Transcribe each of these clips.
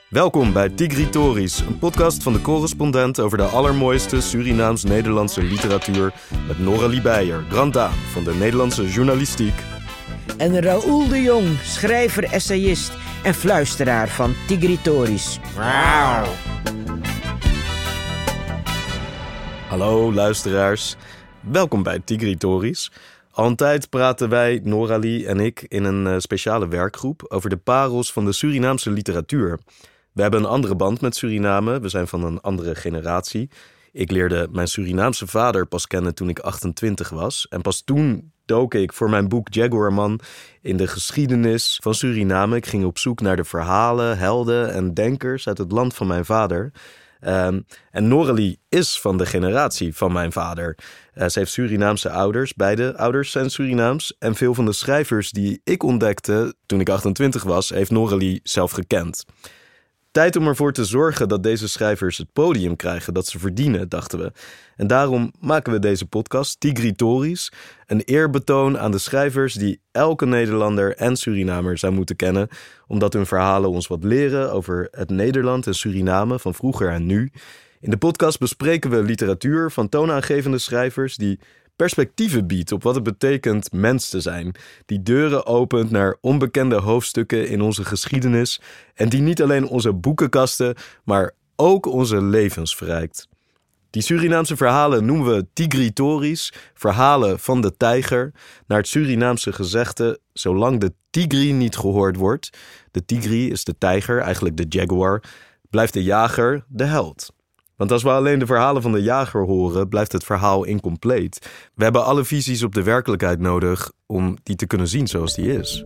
Welkom bij Tigritories, een podcast van de correspondent over de allermooiste Surinaams-Nederlandse literatuur met Noralie Beijer, Grand Dame van de Nederlandse journalistiek. En Raoul de Jong, schrijver, essayist en fluisteraar van Tigritories. Wauw. Hallo luisteraars, welkom bij Tigritories. Al een tijd praten wij, Noralie en ik, in een speciale werkgroep over de parels van de Surinaamse literatuur. We hebben een andere band met Suriname, we zijn van een andere generatie. Ik leerde mijn Surinaamse vader pas kennen toen ik 28 was. En pas toen dook ik voor mijn boek Jaguarman in de geschiedenis van Suriname. Ik ging op zoek naar de verhalen, helden en denkers uit het land van mijn vader. En Noralie is van de generatie van mijn vader. Ze heeft Surinaamse ouders, beide ouders zijn Surinaams. En veel van de schrijvers die ik ontdekte toen ik 28 was, heeft Noralie zelf gekend. Tijd om ervoor te zorgen dat deze schrijvers het podium krijgen dat ze verdienen, dachten we. En daarom maken we deze podcast, Tigritories, een eerbetoon aan de schrijvers die elke Nederlander en Surinamer zou moeten kennen, omdat hun verhalen ons wat leren over het Nederland en Suriname van vroeger en nu. In de podcast bespreken we literatuur van toonaangevende schrijvers die perspectieven biedt op wat het betekent mens te zijn, die deuren opent naar onbekende hoofdstukken in onze geschiedenis en die niet alleen onze boekenkasten, maar ook onze levens verrijkt. Die Surinaamse verhalen noemen we Tigritories, verhalen van de tijger, naar het Surinaamse gezegde, zolang de tigri niet gehoord wordt, de tigri is de tijger, eigenlijk de jaguar, blijft de jager de held. Want als we alleen de verhalen van de jager horen, blijft het verhaal incompleet. We hebben alle visies op de werkelijkheid nodig om die te kunnen zien zoals die is.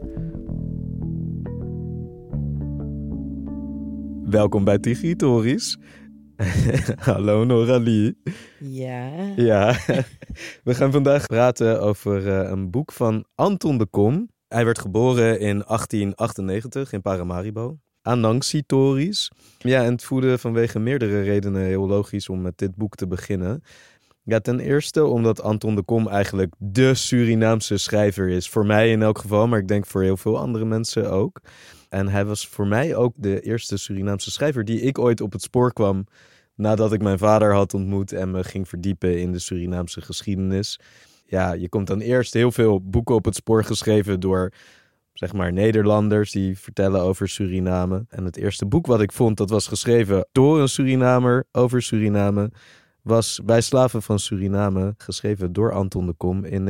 Welkom bij Tigritories. Hallo Noralie. Ja. We gaan vandaag praten over een boek van Anton de Kom. Hij werd geboren in 1898 in Paramaribo. Anangsi-tories. Ja, en het voelde vanwege meerdere redenen heel logisch om met dit boek te beginnen. Ja, ten eerste omdat Anton de Kom eigenlijk de Surinaamse schrijver is. Voor mij in elk geval, maar ik denk voor heel veel andere mensen ook. En hij was voor mij ook de eerste Surinaamse schrijver die ik ooit op het spoor kwam nadat ik mijn vader had ontmoet en me ging verdiepen in de Surinaamse geschiedenis. Ja, je komt dan eerst heel veel boeken op het spoor geschreven door, zeg maar, Nederlanders die vertellen over Suriname. En het eerste boek wat ik vond, dat was geschreven door een Surinamer over Suriname, was Wij Slaven van Suriname, geschreven door Anton de Kom. In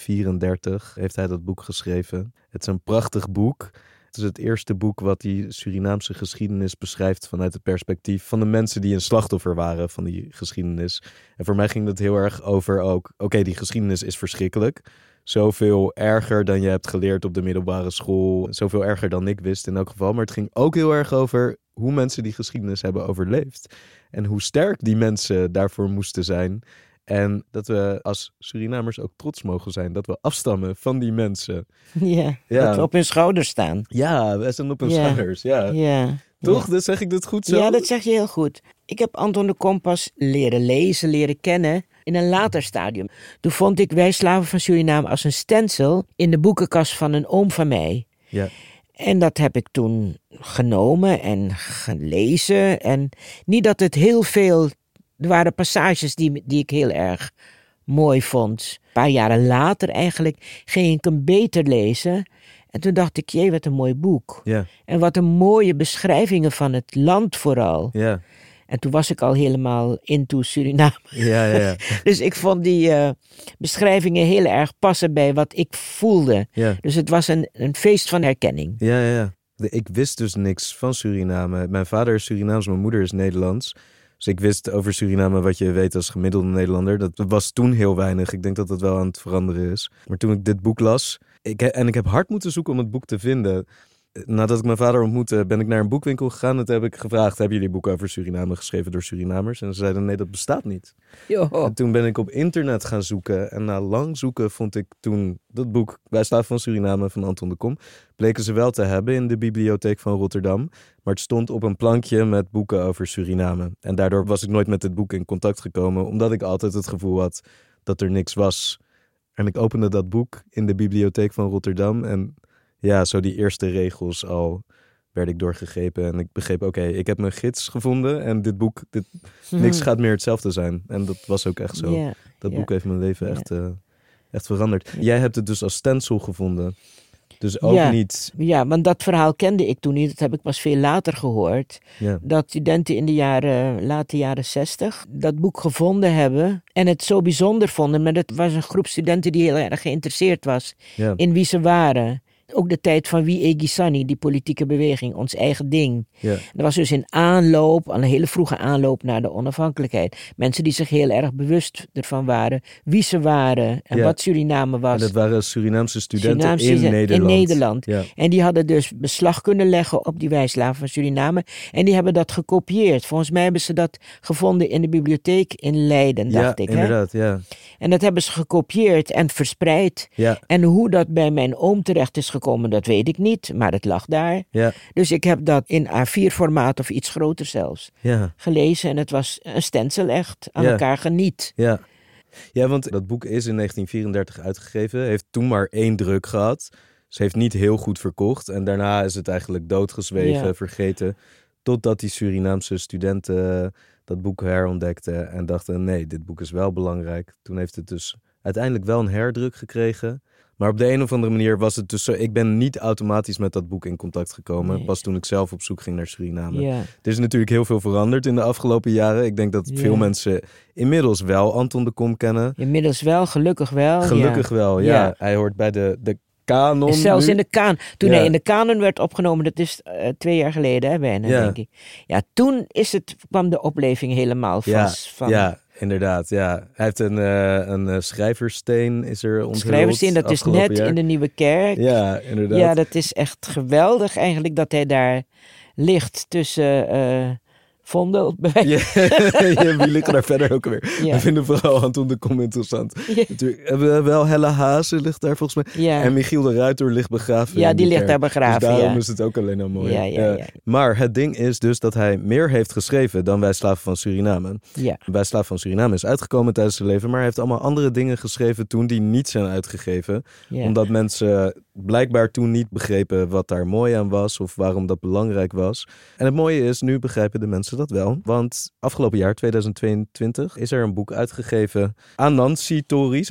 1934 heeft hij dat boek geschreven. Het is een prachtig boek. Het is het eerste boek wat die Surinaamse geschiedenis beschrijft vanuit het perspectief van de mensen die een slachtoffer waren van die geschiedenis. En voor mij ging het heel erg over ook, oké, die geschiedenis is verschrikkelijk. Zoveel erger dan je hebt geleerd op de middelbare school. Zoveel erger dan ik wist in elk geval. Maar het ging ook heel erg over hoe mensen die geschiedenis hebben overleefd. En hoe sterk die mensen daarvoor moesten zijn. En dat we als Surinamers ook trots mogen zijn dat we afstammen van die mensen. Ja, dat we op hun schouders staan. Ja, wij staan op hun schouders. Ja. Toch? Dus zeg ik dat goed zo? Ja, dat zeg je heel goed. Ik heb Anton de Kom pas leren lezen, leren kennen in een later stadium. Toen vond ik Wij Slaven van Suriname als een stencil in de boekenkast van een oom van mij. Ja. En dat heb ik toen genomen en gelezen. En niet dat het heel veel, er waren passages die ik heel erg mooi vond. Een paar jaren later eigenlijk ging ik hem beter lezen. En toen dacht ik, jee, wat een mooi boek. Ja. En wat een mooie beschrijvingen van het land vooral. Ja. En toen was ik al helemaal into Suriname. Ja. Dus ik vond die beschrijvingen heel erg passen bij wat ik voelde. Ja. Dus het was een feest van herkenning. Ja. Ik wist dus niks van Suriname. Mijn vader is Surinaams, mijn moeder is Nederlands. Dus ik wist over Suriname wat je weet als gemiddelde Nederlander. Dat was toen heel weinig. Ik denk dat dat wel aan het veranderen is. Maar toen ik dit boek las, ik heb hard moeten zoeken om het boek te vinden. Nadat ik mijn vader ontmoette, ben ik naar een boekwinkel gegaan. En toen heb ik gevraagd, hebben jullie boeken over Suriname geschreven door Surinamers? En ze zeiden, nee, dat bestaat niet. Joh. En toen ben ik op internet gaan zoeken. En na lang zoeken vond ik toen dat boek Wij Slaven van Suriname van Anton de Kom. Bleken ze wel te hebben in de bibliotheek van Rotterdam. Maar het stond op een plankje met boeken over Suriname. En daardoor was ik nooit met dit boek in contact gekomen. Omdat ik altijd het gevoel had dat er niks was. En ik opende dat boek in de bibliotheek van Rotterdam. En ja, zo die eerste regels al werd ik doorgegrepen. En ik begreep, oké, ik heb mijn gids gevonden. En dit boek, niks gaat meer hetzelfde zijn. En dat was ook echt zo. Ja, Dat ja. boek heeft mijn leven Ja. echt veranderd. Jij hebt het dus als stencil gevonden. Dus ook Ja. niet... Ja, want dat verhaal kende ik toen niet. Dat heb ik pas veel later gehoord. Ja, Dat studenten in de late jaren 60 dat boek gevonden hebben en het zo bijzonder vonden. Maar het was een groep studenten die heel erg geïnteresseerd was ja, in wie ze waren. Ook de tijd van Wie Egisani, die politieke beweging, ons eigen ding. ja. Dat was dus in aanloop, een hele vroege aanloop naar de onafhankelijkheid. Mensen die zich heel erg bewust ervan waren wie ze waren en Ja. wat Suriname En was. dat waren Surinaamse studenten Surinaamse in Nederland. In Nederland. Ja, En die hadden dus beslag kunnen leggen op die wijslaven van Suriname. En die hebben dat gekopieerd. Volgens mij hebben ze dat gevonden in de bibliotheek in Leiden, dacht ik. Hè? inderdaad, ja. En dat hebben ze gekopieerd en verspreid. Ja, En hoe dat bij mijn oom terecht is gekomen, dat weet ik niet. Maar het lag daar. ja, Dus ik heb dat in A4-formaat of iets groter zelfs ja. gelezen. En het was een stencil echt. Aan Ja. elkaar geniet. Ja. Ja, want dat boek is in 1934 uitgegeven. Heeft toen maar 1 druk gehad. Ze heeft niet heel goed verkocht. En daarna is het eigenlijk doodgezwegen, Ja. vergeten. Totdat die Surinaamse studenten dat boek herontdekten. En dachten, nee, dit boek is wel belangrijk. Toen heeft het dus uiteindelijk wel een herdruk gekregen. Maar op de een of andere manier was het dus zo... Ik ben niet automatisch met dat boek in contact gekomen. Nee. Pas toen ik zelf op zoek ging naar Suriname. Ja. Er is natuurlijk heel veel veranderd in de afgelopen jaren. Ik denk dat Ja. veel mensen inmiddels wel Anton de Kom kennen. Inmiddels wel, gelukkig wel. Gelukkig wel, ja. Ja. Hij hoort bij de kanon Zelfs nu. in de kanon. Toen Ja. hij in de kanon werd opgenomen, dat is 2 jaar geleden, hè, bijna, Ja. denk ik. Ja, toen kwam de opleving helemaal Ja, vast. Van ja, inderdaad, ja. Hij heeft een schrijversteen is er onthuld. Schrijverszin, dat is afgelopen net jaar. in de Nieuwe Kerk. Ja, inderdaad. Ja, dat is echt geweldig eigenlijk dat hij daar ligt tussen Vondel. Ja, ja, wie liggen daar verder ook weer? Ja. We vinden vooral Anton de Kom interessant. Ja. Natuurlijk hebben we wel Helle Haase ligt daar volgens mij. Ja. En Michiel de Ruiter ligt begraven. Ja, in die ligt kerk. daar begraven, Dus daarom ja. is het ook alleen al mooi. Ja, ja, ja. Maar het ding is dus dat hij meer heeft geschreven dan Wij Slaven van Suriname. Ja. Wij Slaven van Suriname is uitgekomen tijdens zijn leven, maar hij heeft allemaal andere dingen geschreven toen die niet zijn uitgegeven. Ja. Omdat mensen blijkbaar toen niet begrepen wat daar mooi aan was of waarom dat belangrijk was. En het mooie is, nu begrijpen de mensen dat wel. Want afgelopen jaar, 2022, is er een boek uitgegeven, Anansi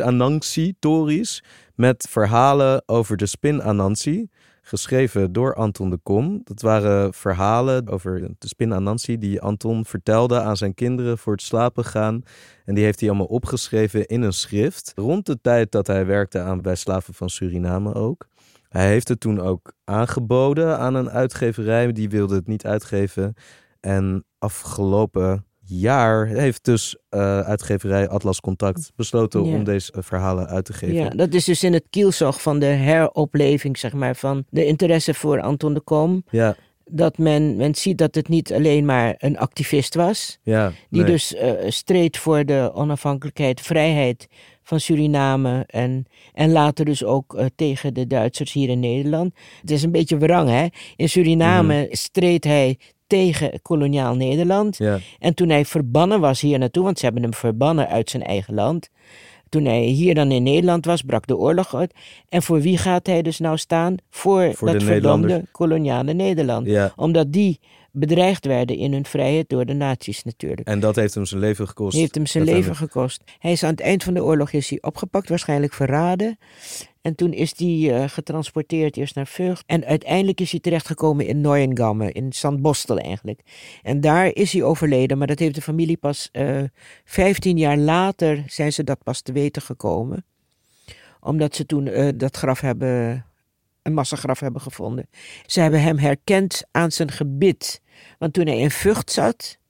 Tories, met verhalen over de spin Anansi. Geschreven door Anton de Kom. Dat waren verhalen over de spin Anansi die Anton vertelde aan zijn kinderen voor het slapen gaan. En die heeft hij allemaal opgeschreven in een schrift. Rond de tijd dat hij werkte aan Wij Slaven van Suriname ook. Hij heeft het toen ook aangeboden aan een uitgeverij. Die wilde het niet uitgeven. En afgelopen jaar heeft dus uitgeverij Atlas Contact besloten Ja. om deze verhalen uit te geven. Ja, dat is dus in het kielzog van de heropleving, zeg maar, van de interesse voor Anton de Kom. Ja, Dat men ziet dat het niet alleen maar een activist was, ja. die nee. dus streed voor de onafhankelijkheid, vrijheid van Suriname en later dus ook tegen de Duitsers hier in Nederland. Het is een beetje wrang, hè? In Suriname streed hij tegen koloniaal Nederland. Ja, En toen hij verbannen was hier naartoe, want ze hebben hem verbannen uit zijn eigen land. Toen hij hier dan in Nederland was, brak de oorlog uit. En voor wie gaat hij dus nou staan? Voor de dat verdomde Nederlanders. koloniale Nederland. ja. Omdat die bedreigd werden in hun vrijheid door de nazi's natuurlijk. En dat heeft hem zijn leven gekost. Heeft hem zijn leven uiteindelijk. gekost. Hij is aan het eind van de oorlog opgepakt, waarschijnlijk verraden. En toen is hij getransporteerd eerst naar Vught. En uiteindelijk is hij terechtgekomen in Neuengamme, in Zandbostel eigenlijk. En daar is hij overleden, maar dat heeft de familie pas 15 jaar later zijn ze dat pas te weten gekomen. Omdat ze toen dat graf hebben, een massagraf hebben gevonden. Ze hebben hem herkend aan zijn gebit. Want toen hij in Vught zat,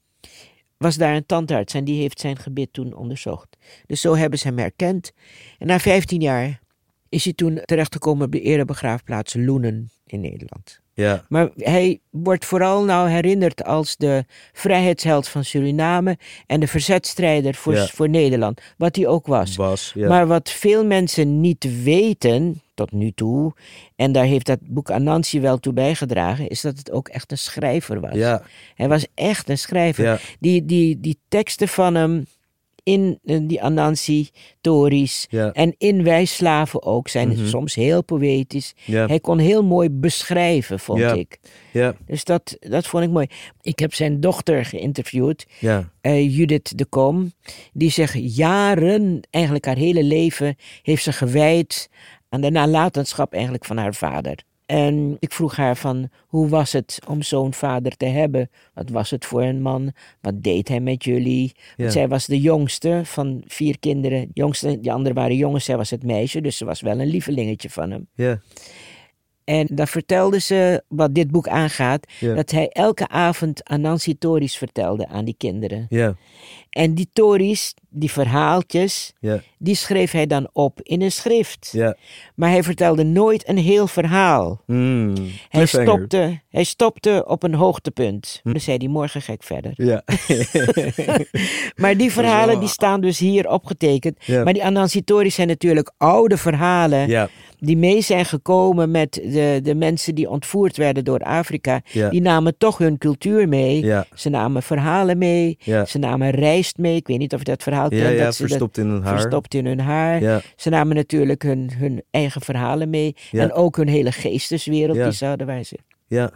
was daar een tandarts en die heeft zijn gebit toen onderzocht. Dus zo hebben ze hem herkend. En na 15 jaar is hij toen terechtgekomen op de erebegraafplaats Loenen in Nederland. Ja, Maar hij wordt vooral nou herinnerd als de vrijheidsheld van Suriname en de verzetstrijder voor Nederland, wat hij ook was. ja. Maar wat veel mensen niet weten, tot nu toe, en daar heeft dat boek Anansi wel toe bijgedragen, is dat het ook echt een schrijver was. Ja, Hij was echt een schrijver. ja, Die teksten van hem, in die Anansi-tories. Ja. En in Wij Slaven ook zijn soms heel poëtisch. Ja. Hij kon heel mooi beschrijven, vond Ja. ik. Ja. Dus dat vond ik mooi. Ik heb zijn dochter geïnterviewd, Ja. Judith de Kom. Die zegt jaren, eigenlijk haar hele leven, heeft ze gewijd aan de nalatenschap eigenlijk van haar vader. En ik vroeg haar van, hoe was het om zo'n vader te hebben? Wat was het voor een man? Wat deed hij met jullie? Want zij was de jongste van 4 kinderen. Die anderen waren jongens, zij was het meisje. Dus ze was wel een lievelingetje van hem. Ja. En daar vertelde ze, wat dit boek aangaat, dat hij elke avond Anansi-tories vertelde aan die kinderen. Ja. En die tories, die verhaaltjes, die schreef hij dan op in een schrift. Ja. Maar hij vertelde nooit een heel verhaal. Hij stopte op een hoogtepunt. Dan zei hij, morgen ga ik verder. Ja. Maar die verhalen die staan dus hier opgetekend. Ja. Maar die Anansi-tories zijn natuurlijk oude verhalen die mee zijn gekomen met de mensen die ontvoerd werden door Afrika. Ja. Die namen toch hun cultuur mee. Ja. Ze namen verhalen mee. Ja. Ze namen rijst mee. Ik weet niet of je dat verhaal kent. Dat verstopt in hun haar. Verstopt in hun haar. Ja. Ze namen natuurlijk hun eigen verhalen mee. Ja. En ook hun hele geesteswereld die ze hadden wijzen. Ja.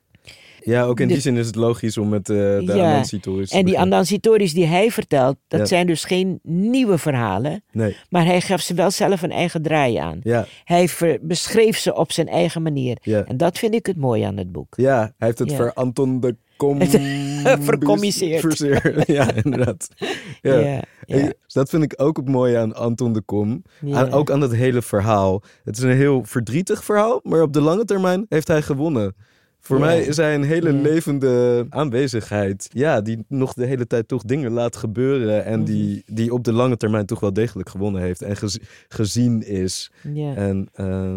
Ja, ook in die zin is het logisch om met de Anansi-tories te En die Anansi-tories die hij vertelt, dat zijn dus geen nieuwe verhalen. Nee. Maar hij gaf ze wel zelf een eigen draai aan. Ja. Hij beschreef ze op zijn eigen manier. Ja. En dat vind ik het mooie aan het boek. Ja, hij heeft het voor Anton de Kom... vercommiseerd. Ja, inderdaad. Ja. Dus dat vind ik ook het mooie aan Anton de Kom. Ook aan dat hele verhaal. Het is een heel verdrietig verhaal, maar op de lange termijn heeft hij gewonnen. Voor mij is hij een hele levende aanwezigheid. Ja, die nog de hele tijd toch dingen laat gebeuren. En die op de lange termijn toch wel degelijk gewonnen heeft. En gezien is. Ja. En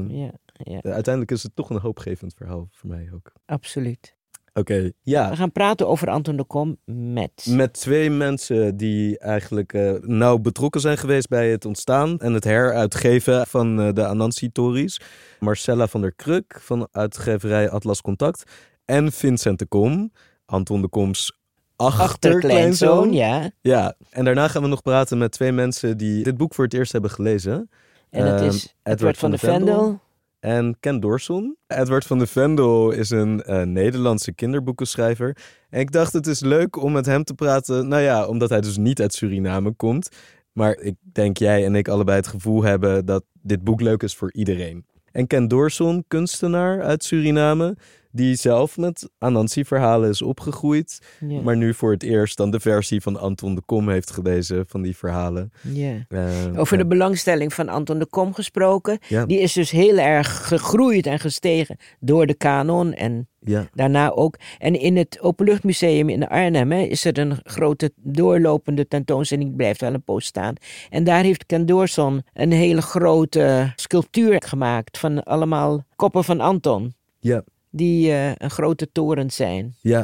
uiteindelijk is het toch een hoopgevend verhaal voor mij ook. Absoluut. Oké, ja. We gaan praten over Anton de Kom met 2 mensen die eigenlijk nauw betrokken zijn geweest bij het ontstaan en het heruitgeven van de Anansi-tories. Marcella van der Kruk van uitgeverij Atlas Contact en Vincent de Kom, Anton de Koms achterkleinzoon. Ja. En daarna gaan we nog praten met 2 mensen die dit boek voor het eerst hebben gelezen. En dat is Edward van de Vendel en Ken Dorsson. Edward van de Vendel is een Nederlandse kinderboekenschrijver. En ik dacht, het is leuk om met hem te praten. Nou ja, omdat hij dus niet uit Suriname komt. Maar ik denk jij en ik allebei het gevoel hebben dat dit boek leuk is voor iedereen. En Ken Dorsson, kunstenaar uit Suriname, die zelf met Anansi-verhalen is opgegroeid. Ja. Maar nu voor het eerst dan de versie van Anton de Kom heeft gelezen van die verhalen. Ja. Over de belangstelling van Anton de Kom gesproken. Ja. Die is dus heel erg gegroeid en gestegen door de kanon en daarna ook. En in het Openluchtmuseum in Arnhem is er een grote doorlopende tentoonstelling. Die blijft wel een poos staan. En daar heeft Ken Dorsson een hele grote sculptuur gemaakt van allemaal koppen van Anton. Ja. Die een grote torens zijn. Ja.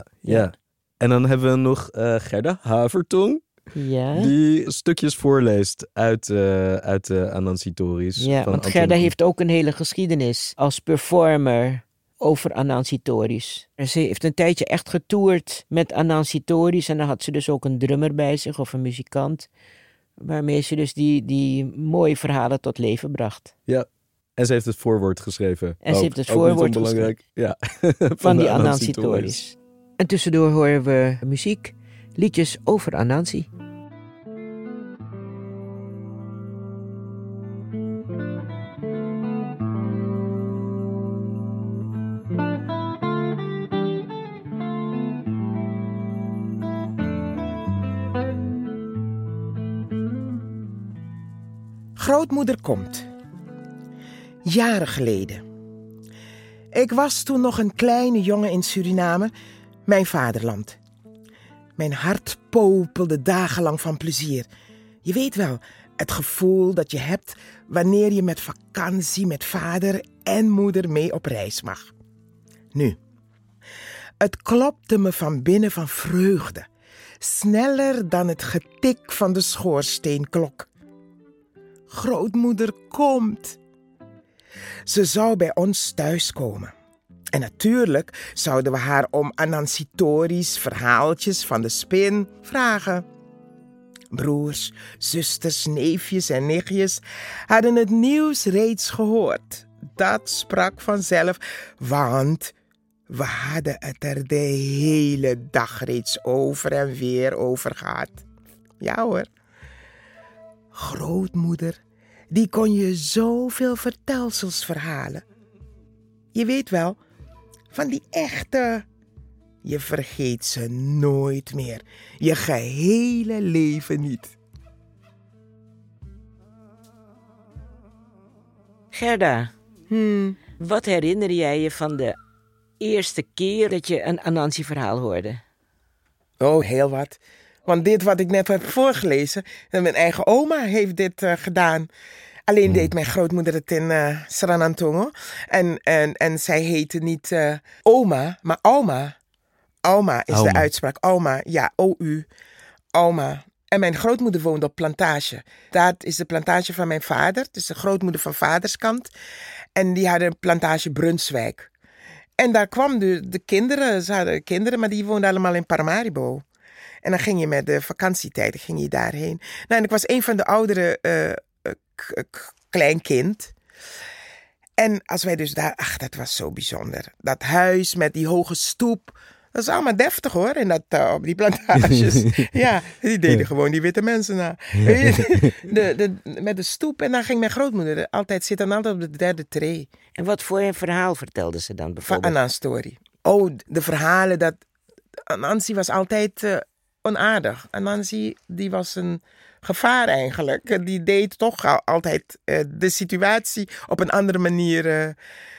En dan hebben we nog Gerda Havertong. Ja. Die stukjes voorleest uit de Anansi-tories. Ja, want Gerda heeft ook een hele geschiedenis als performer over Anansi-tories. Ze heeft een tijdje echt getoerd met Anansi-tories. En dan had ze dus ook een drummer bij zich of een muzikant. Waarmee ze dus die mooie verhalen tot leven bracht. Ja. En ze heeft het voorwoord geschreven. En ze heeft het voorwoord geschreven. Ja. van die Anansi-tories. En tussendoor horen we muziek, liedjes over Anansi. Grootmoeder komt. Jaren geleden. Ik was toen nog een kleine jongen in Suriname, mijn vaderland. Mijn hart popelde dagenlang van plezier. Je weet wel, het gevoel dat je hebt wanneer je met vakantie met vader en moeder mee op reis mag. Nu, het klopte me van binnen van vreugde, sneller dan het getik van de schoorsteenklok. Grootmoeder komt. Ze zou bij ons thuiskomen. En natuurlijk zouden we haar om Anansi-tories, verhaaltjes van de spin vragen. Broers, zusters, neefjes en nichtjes hadden het nieuws reeds gehoord. Dat sprak vanzelf, want we hadden het er de hele dag reeds over en weer over gehad. Ja hoor. Grootmoeder, die kon je zoveel vertelsels verhalen. Je weet wel, van die echte. Je vergeet ze nooit meer. Je gehele leven niet. Gerda, wat herinner jij je van de eerste keer dat je een Anansi-verhaal hoorde? Oh, heel wat. Want dit wat ik net heb voorgelezen, mijn eigen oma heeft dit gedaan. Alleen deed mijn grootmoeder het in Sranantongo. En zij heette niet oma, maar Auma. Auma is de uitspraak. Auma, ja, O-U. Auma. En mijn grootmoeder woonde op Plantage. Dat is de plantage van mijn vader. Het is de grootmoeder van vaderskant. En die hadden een plantage Brunswijk. En daar kwam de kinderen. Ze hadden kinderen, maar die woonden allemaal in Paramaribo. En dan ging je met de vakantietijden ging je daarheen. Nou, en ik was een van de oudere kleinkind. En als wij dus daar... Ach, dat was zo bijzonder. Dat huis met die hoge stoep. Dat is allemaal deftig hoor, en op die plantages. Ja, die deden gewoon die witte mensen na. Met de stoep. En dan ging mijn grootmoeder altijd zitten op de derde tree. En wat voor een verhaal vertelde ze dan bijvoorbeeld? Van Anansi. Oh, de verhalen dat... Anansi was altijd onaardig. Anansi, die was een gevaar eigenlijk. Die deed toch altijd de situatie op een andere manier...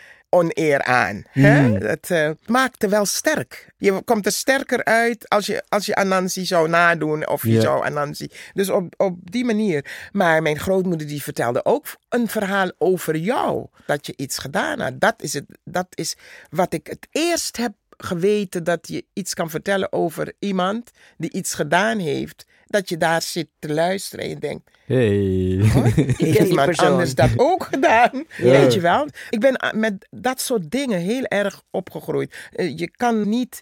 oneer aan. Hè? Dat maakte wel sterk. Je komt er sterker uit als je Anansi zou nadoen. Of je zou Anansi... Dus op die manier. Maar mijn grootmoeder die vertelde ook een verhaal over jou. Dat je iets gedaan had. Dat is wat ik het eerst heb geweten. Dat je iets kan vertellen over iemand die iets gedaan heeft. Dat je daar zit te luisteren en je denkt... Hey. Heeft iemand anders dat ook gedaan? Ja. Weet je wel? Ik ben met dat soort dingen heel erg opgegroeid. Je kan niet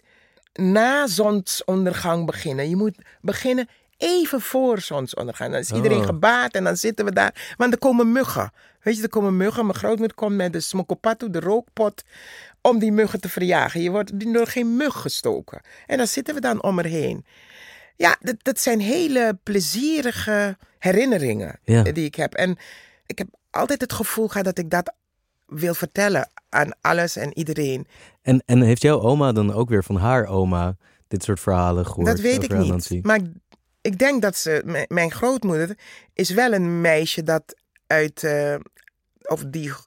na zonsondergang beginnen. Je moet beginnen even voor zonsondergang. Dan is iedereen gebaat en dan zitten we daar. Want er komen muggen. Weet je, er komen muggen. Mijn grootmoeder komt met de smokopatu, de rookpot, om die muggen te verjagen. Je wordt door geen mug gestoken. En dan zitten we dan om erheen. Ja, dat zijn hele plezierige herinneringen die ik heb. En ik heb altijd het gevoel gehad dat ik dat wil vertellen aan alles en iedereen. En heeft jouw oma dan ook weer van haar oma dit soort verhalen gehoord? Dat weet ik niet. Anansi? Maar ik denk dat mijn grootmoeder is wel een meisje dat uit of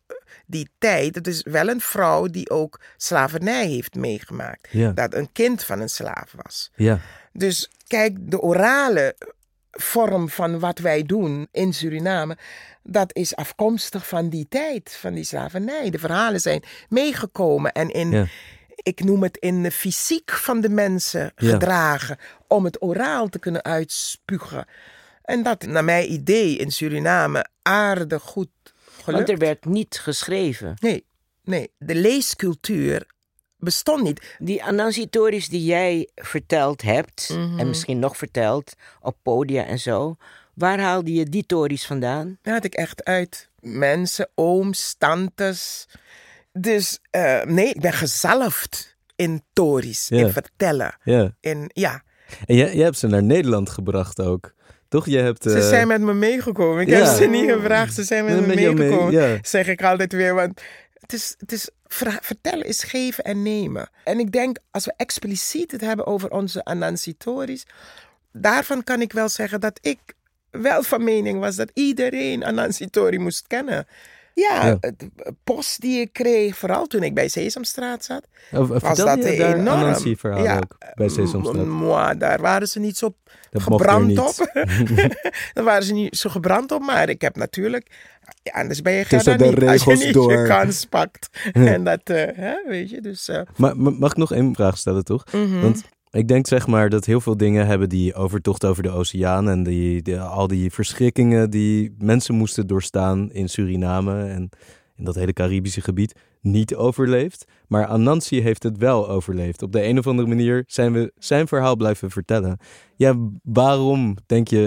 die tijd, het is wel een vrouw die ook slavernij heeft meegemaakt. Ja. Dat een kind van een slaaf was. Ja. Dus kijk, de orale vorm van wat wij doen in Suriname, dat is afkomstig van die tijd, van die slavernij. De verhalen zijn meegekomen en ik noem het in de fysiek van de mensen gedragen, om het oraal te kunnen uitspugen. En dat, naar mijn idee, in Suriname aardig goed gelukt. Want er werd niet geschreven. Nee. De leescultuur bestond niet. Die Anansi-tories die jij verteld hebt, en misschien nog verteld, op podia en zo, waar haalde je die tories vandaan? Dat had ik echt uit mensen, ooms, tantes. Dus ik ben gezalfd in tories, in vertellen. En jij hebt ze naar Nederland gebracht ook. Toch? Ze zijn met me meegekomen. Ik heb ze niet gevraagd, ze zijn met me meegekomen. Zeg ik altijd weer, want het is vertellen is geven en nemen. En ik denk, als we expliciet het hebben over onze Anansi-tories, daarvan kan ik wel zeggen dat ik wel van mening was dat iedereen Anansi-tori moest kennen. Ja, het post die ik kreeg, vooral toen ik bij Sesamstraat zat, was dat enorm. Anansi-verhaal ook bij Sesamstraat? Daar waren ze niet zo gebrand op. Daar waren ze niet zo gebrand op, maar ik heb natuurlijk... anders ben je Gerda niet als je niet je kans pakt. En dat, weet je, dus... Maar mag ik nog één vraag stellen, toch? Want ik denk zeg maar dat heel veel dingen hebben die overtocht over de oceaan en al die verschrikkingen die mensen moesten doorstaan in Suriname en in dat hele Caribische gebied niet overleefd. Maar Anansi heeft het wel overleefd. Op de een of andere manier zijn we zijn verhaal blijven vertellen. Ja, waarom denk je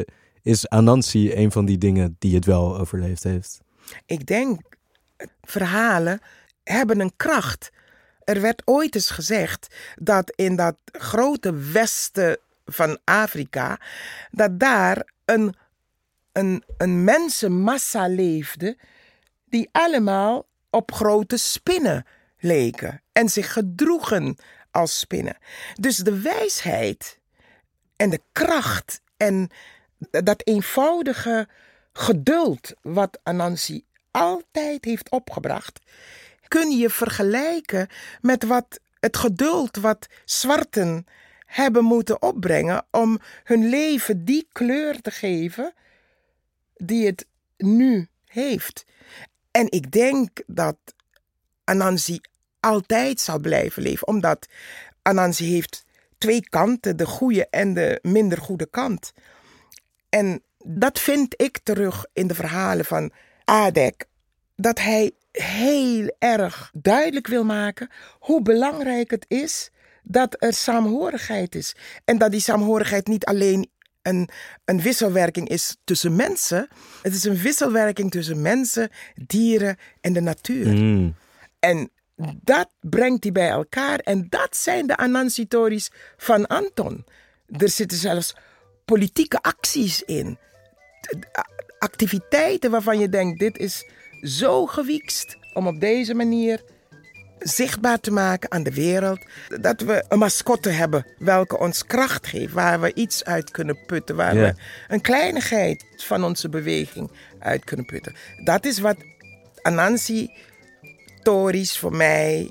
is Anansi een van die dingen die het wel overleefd heeft? Ik denk, verhalen hebben een kracht. Er werd ooit eens gezegd dat in dat grote westen van Afrika, dat daar een mensenmassa leefde die allemaal op grote spinnen leken en zich gedroegen als spinnen. Dus de wijsheid en de kracht en dat eenvoudige geduld wat Anansi altijd heeft opgebracht, kun je vergelijken met het geduld wat zwarten hebben moeten opbrengen om hun leven die kleur te geven die het nu heeft. En ik denk dat Anansi altijd zal blijven leven, omdat Anansi heeft 2 kanten, de goede en de minder goede kant. En dat vind ik terug in de verhalen van Adek, dat hij heel erg duidelijk wil maken hoe belangrijk het is dat er saamhorigheid is. En dat die saamhorigheid niet alleen een wisselwerking is tussen mensen. Het is een wisselwerking tussen mensen, dieren en de natuur. En dat brengt hij bij elkaar. En dat zijn de Anansi-stories van Anton. Er zitten zelfs politieke acties in. Activiteiten waarvan je denkt, dit is zo gewiekst om op deze manier zichtbaar te maken aan de wereld. Dat we een mascotte hebben welke ons kracht geeft, waar we iets uit kunnen putten, waar we een kleinigheid van onze beweging uit kunnen putten. Dat is wat Anansi-stories voor mij,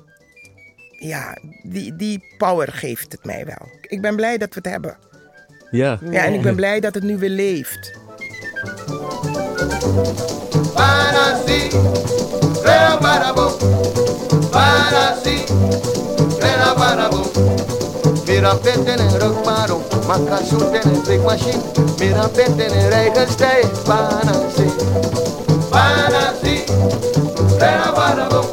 die power geeft het mij wel. Ik ben blij dat we het hebben. Ja, en ik ben blij dat het nu weer leeft. Anansi, Rera Barabo, Anansi, Rera Barabo. Mira petene rock baro, makasutene big machine. Mira petene regenstij, Anansi, Anansi, Rera Barabo,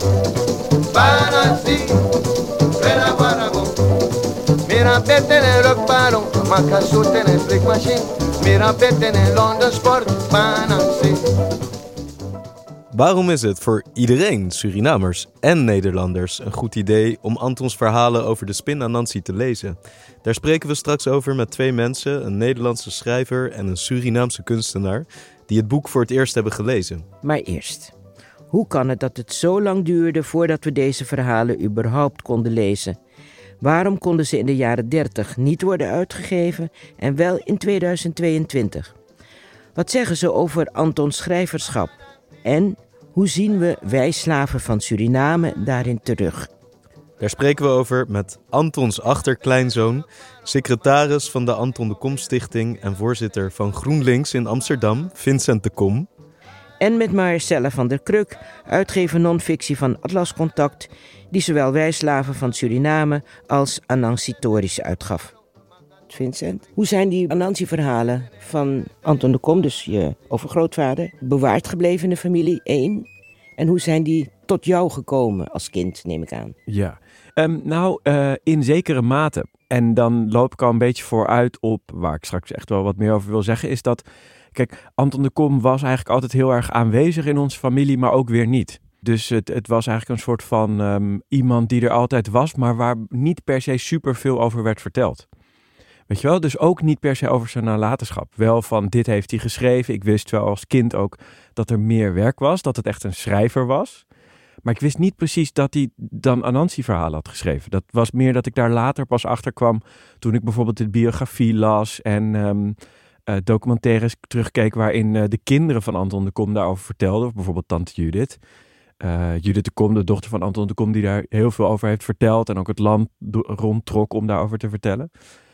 Anansi, Rera Barabo. Mira petene rock baro, makasutene big machine. Mira petene London sport, Anansi. Waarom is het voor iedereen, Surinamers en Nederlanders, een goed idee om Antons verhalen over de spin Anansi te lezen? Daar spreken we straks over met 2 mensen, een Nederlandse schrijver en een Surinaamse kunstenaar, die het boek voor het eerst hebben gelezen. Maar eerst, hoe kan het dat het zo lang duurde voordat we deze verhalen überhaupt konden lezen? Waarom konden ze in de jaren 30 niet worden uitgegeven en wel in 2022? Wat zeggen ze over Antons schrijverschap? En hoe zien we wij slaven van Suriname daarin terug? Daar spreken we over met Antons achterkleinzoon, secretaris van de Anton de Kom Stichting en voorzitter van GroenLinks in Amsterdam, Vincent de Kom. En met Marcella van der Kruk, uitgever non-fictie van Atlas Contact, die zowel wij slaven van Suriname als Anansi-stories uitgaf. Vincent, hoe zijn die Anansi-verhalen van Anton de Kom, dus je overgrootvader, bewaard gebleven in de familie? 1. En hoe zijn die tot jou gekomen als kind, neem ik aan? Ja, in zekere mate. En dan loop ik al een beetje vooruit op, waar ik straks echt wel wat meer over wil zeggen, is dat, kijk, Anton de Kom was eigenlijk altijd heel erg aanwezig in onze familie, maar ook weer niet. Dus het was eigenlijk een soort van iemand die er altijd was, maar waar niet per se superveel over werd verteld. Weet je wel, dus ook niet per se over zijn nalatenschap. Wel van, dit heeft hij geschreven. Ik wist wel als kind ook dat er meer werk was, dat het echt een schrijver was. Maar ik wist niet precies dat hij dan Anansi-verhalen had geschreven. Dat was meer dat ik daar later pas achter kwam toen ik bijvoorbeeld de biografie las en documentaires terugkeek waarin de kinderen van Anton de Kom daarover vertelden. Of bijvoorbeeld tante Judith. Judith de Kom, de dochter van Anton de Kom, die daar heel veel over heeft verteld en ook het land rondtrok om daarover te vertellen.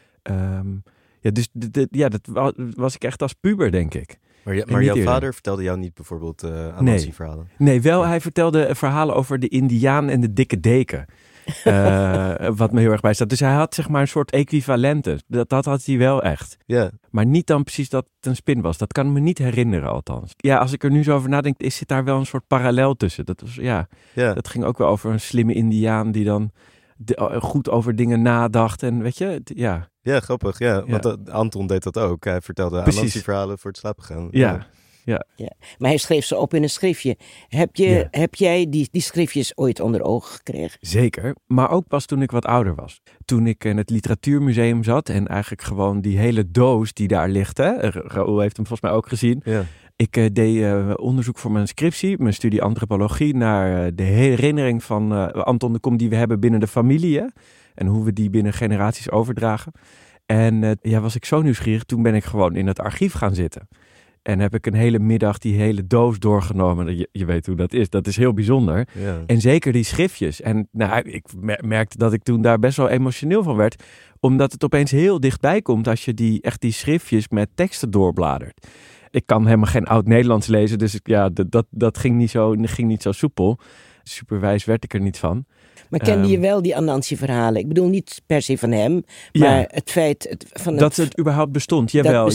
Dat was ik echt als puber, denk ik. Maar jouw vader vertelde jou niet bijvoorbeeld Anansi-verhalen? Nee, wel. Hij vertelde verhalen over de Indiaan en de dikke deken. Wat me heel erg bijstaat. Dus hij had zeg maar een soort equivalenten. Dat had hij wel echt. Yeah. Maar niet dan precies dat het een spin was. Dat kan ik me niet herinneren althans. Ja, als ik er nu zo over nadenk, zit daar wel een soort parallel tussen. Dat ging ook wel over een slimme Indiaan die dan goed over dingen nadacht. En weet je, Ja, grappig. Ja, want Anton deed dat ook. Hij vertelde Anansi-verhalen voor het slapen gaan. Ja. Maar hij schreef ze op in een schriftje. Heb jij die schriftjes ooit onder ogen gekregen? Zeker, maar ook pas toen ik wat ouder was. Toen ik in het literatuurmuseum zat en eigenlijk gewoon die hele doos die daar ligt. Raoul heeft hem volgens mij ook gezien. Ja. Ik deed onderzoek voor mijn scriptie, mijn studie antropologie, naar de herinnering van Anton de Kom die we hebben binnen de familie. En hoe we die binnen generaties overdragen. En was ik zo nieuwsgierig, toen ben ik gewoon in het archief gaan zitten. En heb ik een hele middag die hele doos doorgenomen. Je weet hoe dat is. Dat is heel bijzonder. Ja. En zeker die schriftjes. En ik merkte dat ik toen daar best wel emotioneel van werd. Omdat het opeens heel dichtbij komt als je die schriftjes met teksten doorbladert. Ik kan helemaal geen oud-Nederlands lezen. Dus dat ging niet zo soepel. Superwijs werd ik er niet van. Maar kende je wel die Anansi-verhalen? Ik bedoel niet per se van hem, maar het feit dat het überhaupt bestond. Jawel.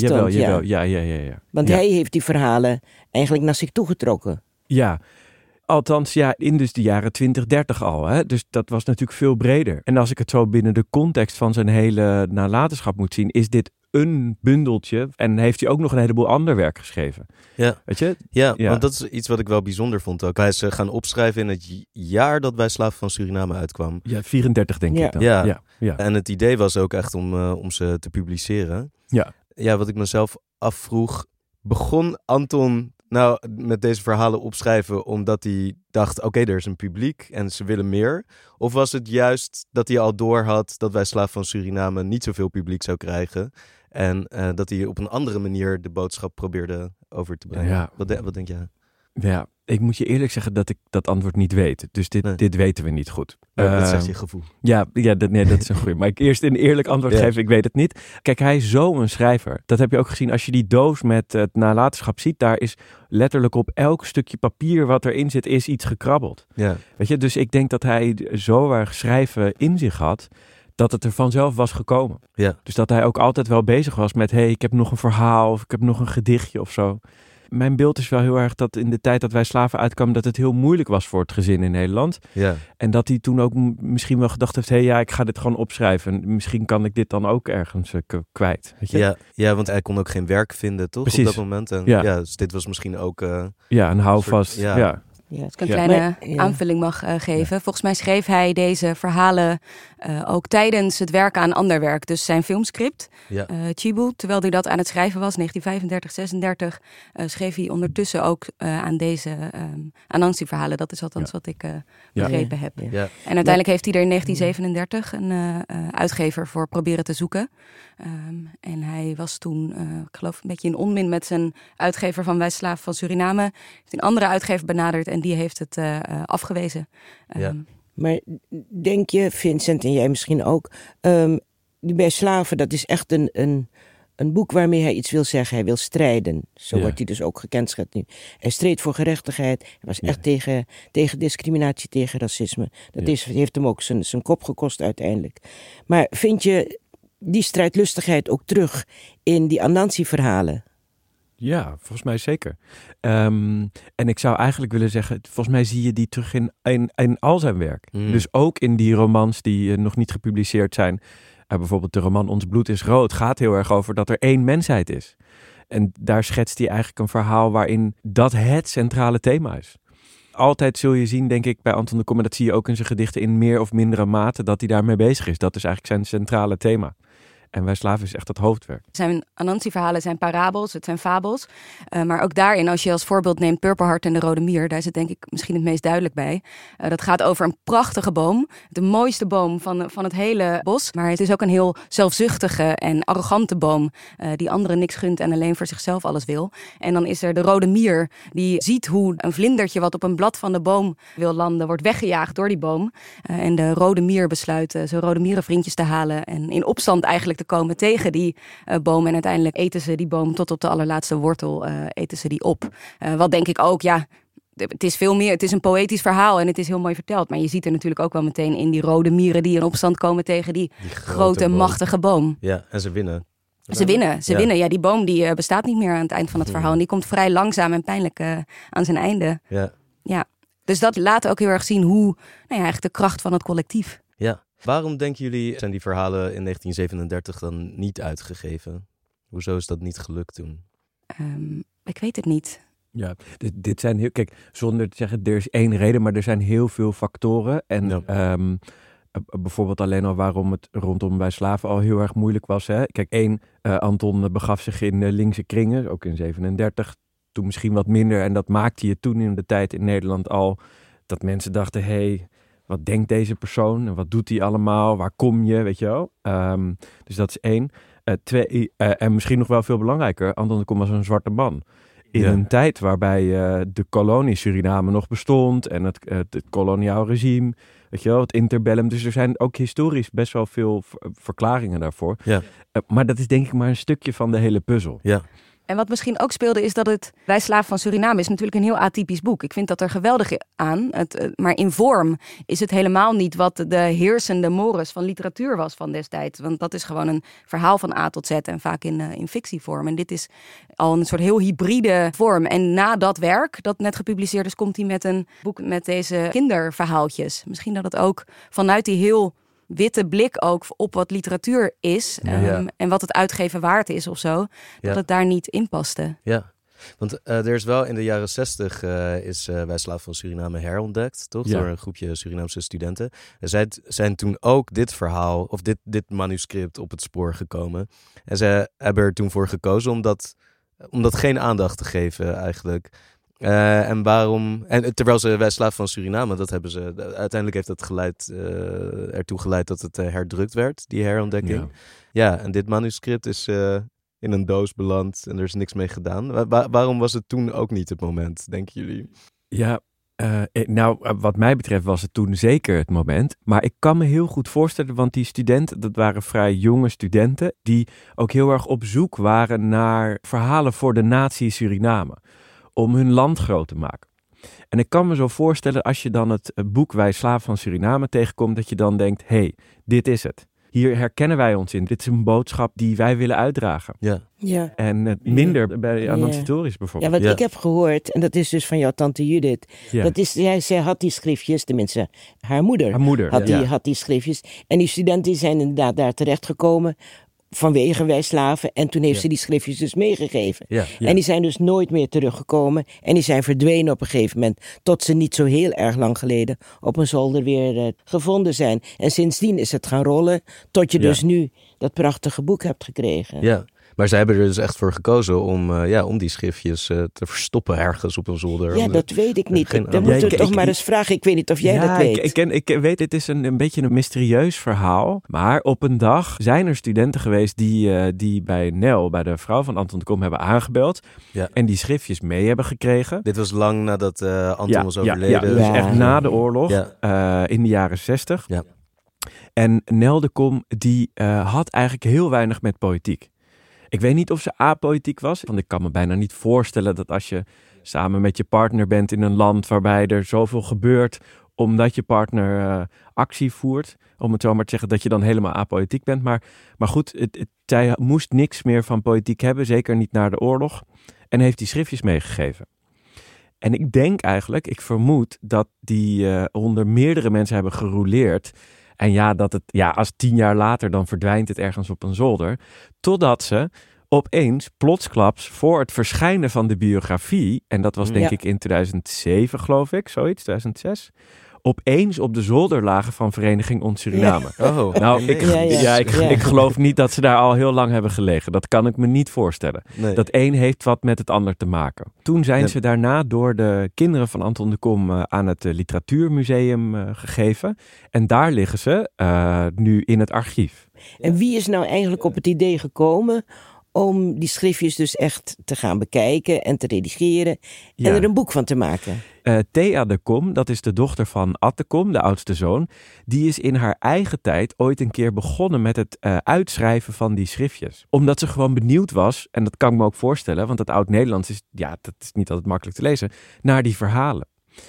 Ja. Want hij heeft die verhalen eigenlijk naar zich toegetrokken. Ja, althans in dus de jaren 20, 30 al. Hè? Dus dat was natuurlijk veel breder. En als ik het zo binnen de context van zijn hele nalatenschap moet zien, is dit een bundeltje. En heeft hij ook nog een heleboel ander werk geschreven. Ja. Weet je? Ja, want dat is iets wat ik wel bijzonder vond ook. Hij is gaan opschrijven in het jaar dat Wij Slaven van Suriname uitkwam. Ja, 34 denk ik dan. Ja. En het idee was ook echt om ze te publiceren. Ja. Ja, wat ik mezelf afvroeg, begon Anton met deze verhalen opschrijven omdat hij dacht, oké, er is een publiek en ze willen meer? Of was het juist dat hij al door had dat Wij Slaven van Suriname niet zoveel publiek zou krijgen en dat hij op een andere manier de boodschap probeerde over te brengen? Ja. Wat denk jij? Ja, ik moet je eerlijk zeggen dat ik dat antwoord niet weet. Dus dit weten we niet goed. Dat zegt je gevoel. Dat is een goeie. Maar ik eerst een eerlijk antwoord geven, ik weet het niet. Kijk, hij is zo'n schrijver. Dat heb je ook gezien als je die doos met het nalatenschap ziet. Daar is letterlijk op elk stukje papier wat erin zit, is iets gekrabbeld. Ja. Weet je, dus ik denk dat hij zo erg schrijven in zich had, dat het er vanzelf was gekomen. Ja. Dus dat hij ook altijd wel bezig was met, ik heb nog een verhaal of ik heb nog een gedichtje of zo. Mijn beeld is wel heel erg dat in de tijd dat Wij Slaven uitkwamen, dat het heel moeilijk was voor het gezin in Nederland. Ja. En dat hij toen ook misschien wel gedacht heeft, ik ga dit gewoon opschrijven. Misschien kan ik dit dan ook ergens kwijt. Weet je? Ja, want hij kon ook geen werk vinden, toch? Precies. Op dat moment. En dus dit was misschien ook een houvast. Ja. Ja, als ik een kleine aanvulling mag geven. Ja. Volgens mij schreef hij deze verhalen ook tijdens het werken aan ander werk. Dus zijn filmscript, Chibu, terwijl hij dat aan het schrijven was, 1935, 36, schreef hij ondertussen ook aan deze Anansi-verhalen. Dat is althans wat ik begrepen heb. Ja. En uiteindelijk heeft hij er in 1937 een uitgever voor proberen te zoeken. En hij was toen, ik geloof, een beetje in onmin met zijn uitgever van Wij Slaven van Suriname. Heeft een andere uitgever benaderd en die heeft het afgewezen. Maar denk je, Vincent en jij misschien ook, die Wij Slaven, dat is echt een boek waarmee hij iets wil zeggen. Hij wil strijden. Zo wordt hij dus ook gekenschetst nu. Hij streed voor gerechtigheid. Hij was echt tegen discriminatie, tegen racisme. Dat heeft hem ook zijn kop gekost uiteindelijk. Maar vind je die strijdlustigheid ook terug in die Anansi-verhalen? Ja, volgens mij zeker. En ik zou eigenlijk willen zeggen, volgens mij zie je die terug in al zijn werk. Dus ook in die romans die nog niet gepubliceerd zijn. Bijvoorbeeld de roman Ons bloed is rood gaat heel erg over dat er één mensheid is. En daar schetst hij eigenlijk een verhaal waarin dat het centrale thema is. Altijd zul je zien, denk ik, bij Anton de Kom, en dat zie je ook in zijn gedichten in meer of mindere mate, dat hij daarmee bezig is. Dat is eigenlijk zijn centrale thema. En Wij Slaven is echt het hoofdwerk. Zijn Anansi-verhalen zijn parabels, het zijn fabels. Maar ook daarin, als je als voorbeeld neemt Purper Heart en de Rode Mier, daar is het denk ik misschien het meest duidelijk bij. Dat gaat over een prachtige boom. De mooiste boom van het hele bos. Maar het is ook een heel zelfzuchtige en arrogante boom. Die anderen niks gunt en alleen voor zichzelf alles wil. En dan is er de Rode Mier. Die ziet hoe een vlindertje wat op een blad van de boom wil landen, wordt weggejaagd door die boom. En de Rode Mier besluit zijn Rode Mierenvriendjes te halen. En in opstand eigenlijk te komen tegen die boom. En uiteindelijk eten ze die boom tot op de allerlaatste wortel eten ze die op. Wat denk ik ook, het is veel meer. Het is een poëtisch verhaal en het is heel mooi verteld. Maar je ziet er natuurlijk ook wel meteen in die rode mieren die in opstand komen tegen die grote boom. Machtige boom. Ja, en ze winnen. Ze winnen. Ja, die boom die bestaat niet meer aan het eind van het verhaal. En die komt vrij langzaam en pijnlijk aan zijn einde. Ja. Dus dat laat ook heel erg zien hoe eigenlijk de kracht van het collectief. Ja. Waarom denken jullie, zijn die verhalen in 1937 dan niet uitgegeven? Hoezo is dat niet gelukt toen? Ik weet het niet. Ja, dit zijn heel... Kijk, zonder te zeggen, er is één reden, maar er zijn heel veel factoren. En bijvoorbeeld alleen al waarom het rondom Wij slaven al heel erg moeilijk was. Hè? Kijk, Anton begaf zich in linkse kringen, ook in 37. Toen misschien wat minder. En dat maakte je toen in de tijd in Nederland al dat mensen dachten, hey, wat denkt deze persoon? En wat doet hij allemaal? Waar kom je? Weet je wel? Dus dat is 1. 2, en misschien nog wel veel belangrijker, Anton de Kom was een zwarte man. In een tijd waarbij de kolonie Suriname nog bestond en het koloniaal regime, weet je wel, het interbellum. Dus er zijn ook historisch best wel veel verklaringen daarvoor. Ja. Maar dat is denk ik maar een stukje van de hele puzzel. Ja. En wat misschien ook speelde is dat het Wij slaven van Suriname is natuurlijk een heel atypisch boek. Ik vind dat er geweldig aan. Maar in vorm is het helemaal niet wat de heersende mores van literatuur was van destijds. Want dat is gewoon een verhaal van A tot Z en vaak in fictievorm. En dit is al een soort heel hybride vorm. En na dat werk, dat net gepubliceerd is, komt hij met een boek met deze kinderverhaaltjes. Misschien dat het ook vanuit die heel witte blik ook op wat literatuur is en wat het uitgeven waard is of zo, dat het daar niet in paste. Ja, want er is wel in de jaren 60 is Wij slaven van Suriname herontdekt, toch? Door een groepje Surinaamse studenten. En zij zijn toen ook dit verhaal, of dit manuscript op het spoor gekomen. En ze hebben er toen voor gekozen om dat geen aandacht te geven eigenlijk. En waarom? En terwijl ze Wij slaven van Suriname, dat hebben ze. Uiteindelijk heeft dat ertoe geleid dat het herdrukt werd, die herontdekking. Ja, en dit manuscript is in een doos beland en er is niks mee gedaan. Waarom was het toen ook niet het moment, denken jullie? Ja, wat mij betreft was het toen zeker het moment. Maar ik kan me heel goed voorstellen, want die studenten, dat waren vrij jonge studenten, die ook heel erg op zoek waren naar verhalen voor de natie Suriname. Om hun land groot te maken. En ik kan me zo voorstellen, als je dan het boek Wij slaven van Suriname tegenkomt, dat je dan denkt, hey, dit is het. Hier herkennen wij ons in. Dit is een boodschap die wij willen uitdragen. Ja. En minder bij Anansitoris bijvoorbeeld. Ja, wat ik heb gehoord, en dat is dus van jouw tante Judith. Ja. Dat is, zij had die schriftjes, tenminste haar moeder had die schriftjes. En die studenten zijn inderdaad daar terechtgekomen vanwege Wij slaven. En toen heeft ze die schriftjes dus meegegeven. Ja. En die zijn dus nooit meer teruggekomen. En die zijn verdwenen op een gegeven moment. Tot ze niet zo heel erg lang geleden op een zolder weer gevonden zijn. En sindsdien is het gaan rollen. Tot je dus nu dat prachtige boek hebt gekregen. Ja. Maar zij hebben er dus echt voor gekozen om die schriftjes te verstoppen ergens op een zolder. Ja, dat weet ik niet. Dan moeten we toch maar eens vragen. Ik weet niet of jij dat weet. Ik weet, het is een beetje een mysterieus verhaal. Maar op een dag zijn er studenten geweest die bij Nel, bij de vrouw van Anton de Kom, hebben aangebeld. Ja. En die schriftjes mee hebben gekregen. Dit was lang nadat Anton was overleden. Dus echt na de oorlog, in de jaren 60. Ja. En Nel de Kom, die had eigenlijk heel weinig met politiek. Ik weet niet of ze apolitiek was, want ik kan me bijna niet voorstellen dat als je samen met je partner bent in een land waarbij er zoveel gebeurt, omdat je partner actie voert, om het zo maar te zeggen, dat je dan helemaal apolitiek bent. Maar goed, zij moest niks meer van politiek hebben, zeker niet na de oorlog, en heeft die schriftjes meegegeven. En ik denk eigenlijk, ik vermoed dat die onder meerdere mensen hebben gerouleerd. En als 10 jaar later, dan verdwijnt het ergens op een zolder. Totdat ze opeens, plotsklaps, voor het verschijnen van de biografie, en dat was denk ik in 2007 geloof ik, zoiets, 2006, opeens op de zolder lagen van Vereniging Ons Suriname. Ja. Oh, nou, ik geloof niet dat ze daar al heel lang hebben gelegen. Dat kan ik me niet voorstellen. Nee. Dat een heeft wat met het ander te maken. Toen zijn ze daarna door de kinderen van Anton de Kom aan het Literatuurmuseum gegeven. En daar liggen ze nu in het archief. En wie is nou eigenlijk op het idee gekomen om die schriftjes dus echt te gaan bekijken en te redigeren en er een boek van te maken? Thea de Kom, dat is de dochter van Ad de Kom, de oudste zoon. Die is in haar eigen tijd ooit een keer begonnen met het uitschrijven van die schriftjes. Omdat ze gewoon benieuwd was, en dat kan ik me ook voorstellen, want het Oud-Nederlands is, dat is niet altijd makkelijk te lezen, naar die verhalen.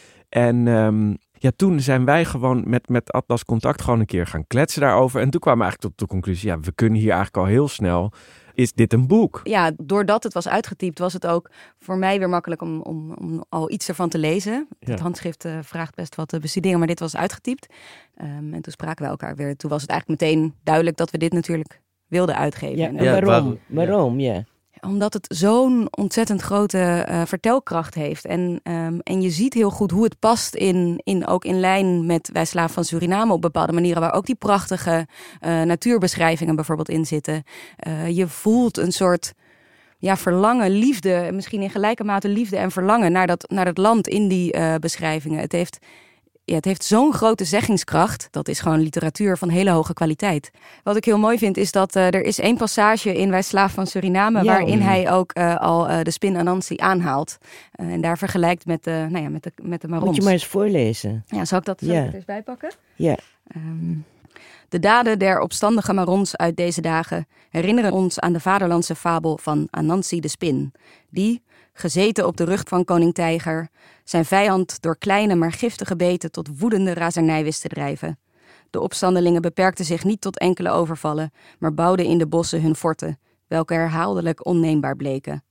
En toen zijn wij gewoon met Atlas Contact gewoon een keer gaan kletsen daarover. En toen kwamen we eigenlijk tot de conclusie, we kunnen hier eigenlijk al heel snel is dit een boek. Ja, doordat het was uitgetypt was het ook voor mij weer makkelijk om al iets ervan te lezen. Ja. Het handschrift vraagt best wat bestuderen, maar dit was uitgetypt. En toen spraken we elkaar weer. Toen was het eigenlijk meteen duidelijk dat we dit natuurlijk wilden uitgeven. Ja, En en waarom? Waarom, ja. omdat het zo'n ontzettend grote vertelkracht heeft. En je ziet heel goed hoe het past ook in lijn met Wij Slaven van Suriname op bepaalde manieren. Waar ook die prachtige natuurbeschrijvingen bijvoorbeeld in zitten. Je voelt een soort verlangen, liefde. Misschien in gelijke mate liefde en verlangen naar dat land in die beschrijvingen. Het heeft zo'n grote zeggingskracht. Dat is gewoon literatuur van hele hoge kwaliteit. Wat ik heel mooi vind is dat er is 1 passage in Wij Slaven van Suriname... waarin hij ook al de spin Anansi aanhaalt. En daar vergelijkt met de marons. Moet je maar eens voorlezen. Ja, zal ik dat er eens bijpakken? Ja. De daden der opstandige marons uit deze dagen herinneren ons aan de vaderlandse fabel van Anansi de spin, die, gezeten op de rug van koning Tijger, zijn vijand door kleine maar giftige beten tot woedende razernij wist te drijven. De opstandelingen beperkten zich niet tot enkele overvallen, maar bouwden in de bossen hun forten, welke herhaaldelijk onneembaar bleken.